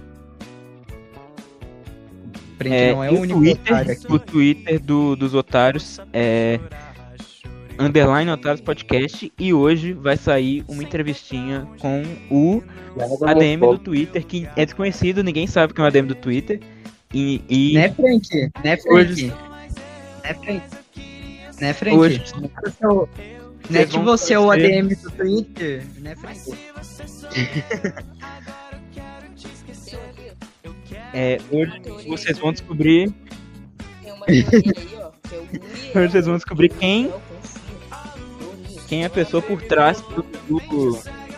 O Frank É, não é e o o único Twitter, otário aqui. o Twitter do, dos otários é Underline Otários Podcast e hoje vai sair uma entrevistinha com o A D M do Twitter, que é desconhecido, ninguém sabe que é um A D M do Twitter. E, e Né, Frank? Né, Frank? Hoje- Né, Frank? Né, Frank? hoje Não é vocês que vão você é o torcer- A D M do Twitter, né, Frank? é, hoje vocês vão descobrir Tem uma família aí, ó, que é o Uriel. Hoje vocês vão descobrir quem- Uriel, confia. quem é a pessoa por trás do, do...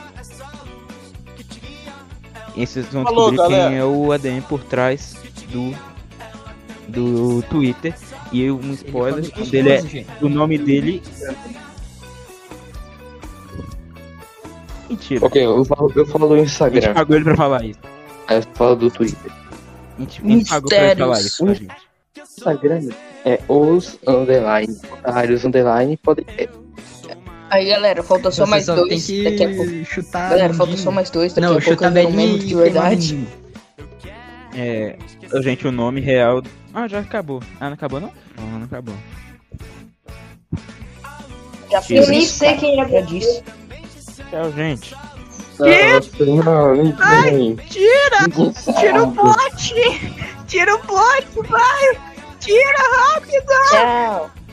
E vocês vão Falou, descobrir galera. quem é o A D M por trás do do Twitter. E um spoiler, Ele fala dele é, gostoso, gente. o nome dele... Mentira. Ok, eu falo, eu falo do A gente Instagram. pagou ele pra falar isso. Aí eu falo do Twitter. A gente, a gente pagou pra ele falar isso pra gente. Instagram é os underline, otários underline podcast. Aí, galera, falta só Você mais só dois. tem que Daqui a pouco. chutar. Galera, no falta ninho. só mais dois. Daqui Não, a pouco chutar eu viro um velhinho membro e de queimar verdade. ninho. É, gente, o nome real... Ah, já acabou. Ah, não acabou não? Não, não acabou. Já Eu fiz nem isso, sei cara. quem é Já você. disse. Tchau, gente. Nossa, não, não tem. Tira! Ninguém Tira o sabe. pote! Tira o pote, vai! Tira rápido! Tchau!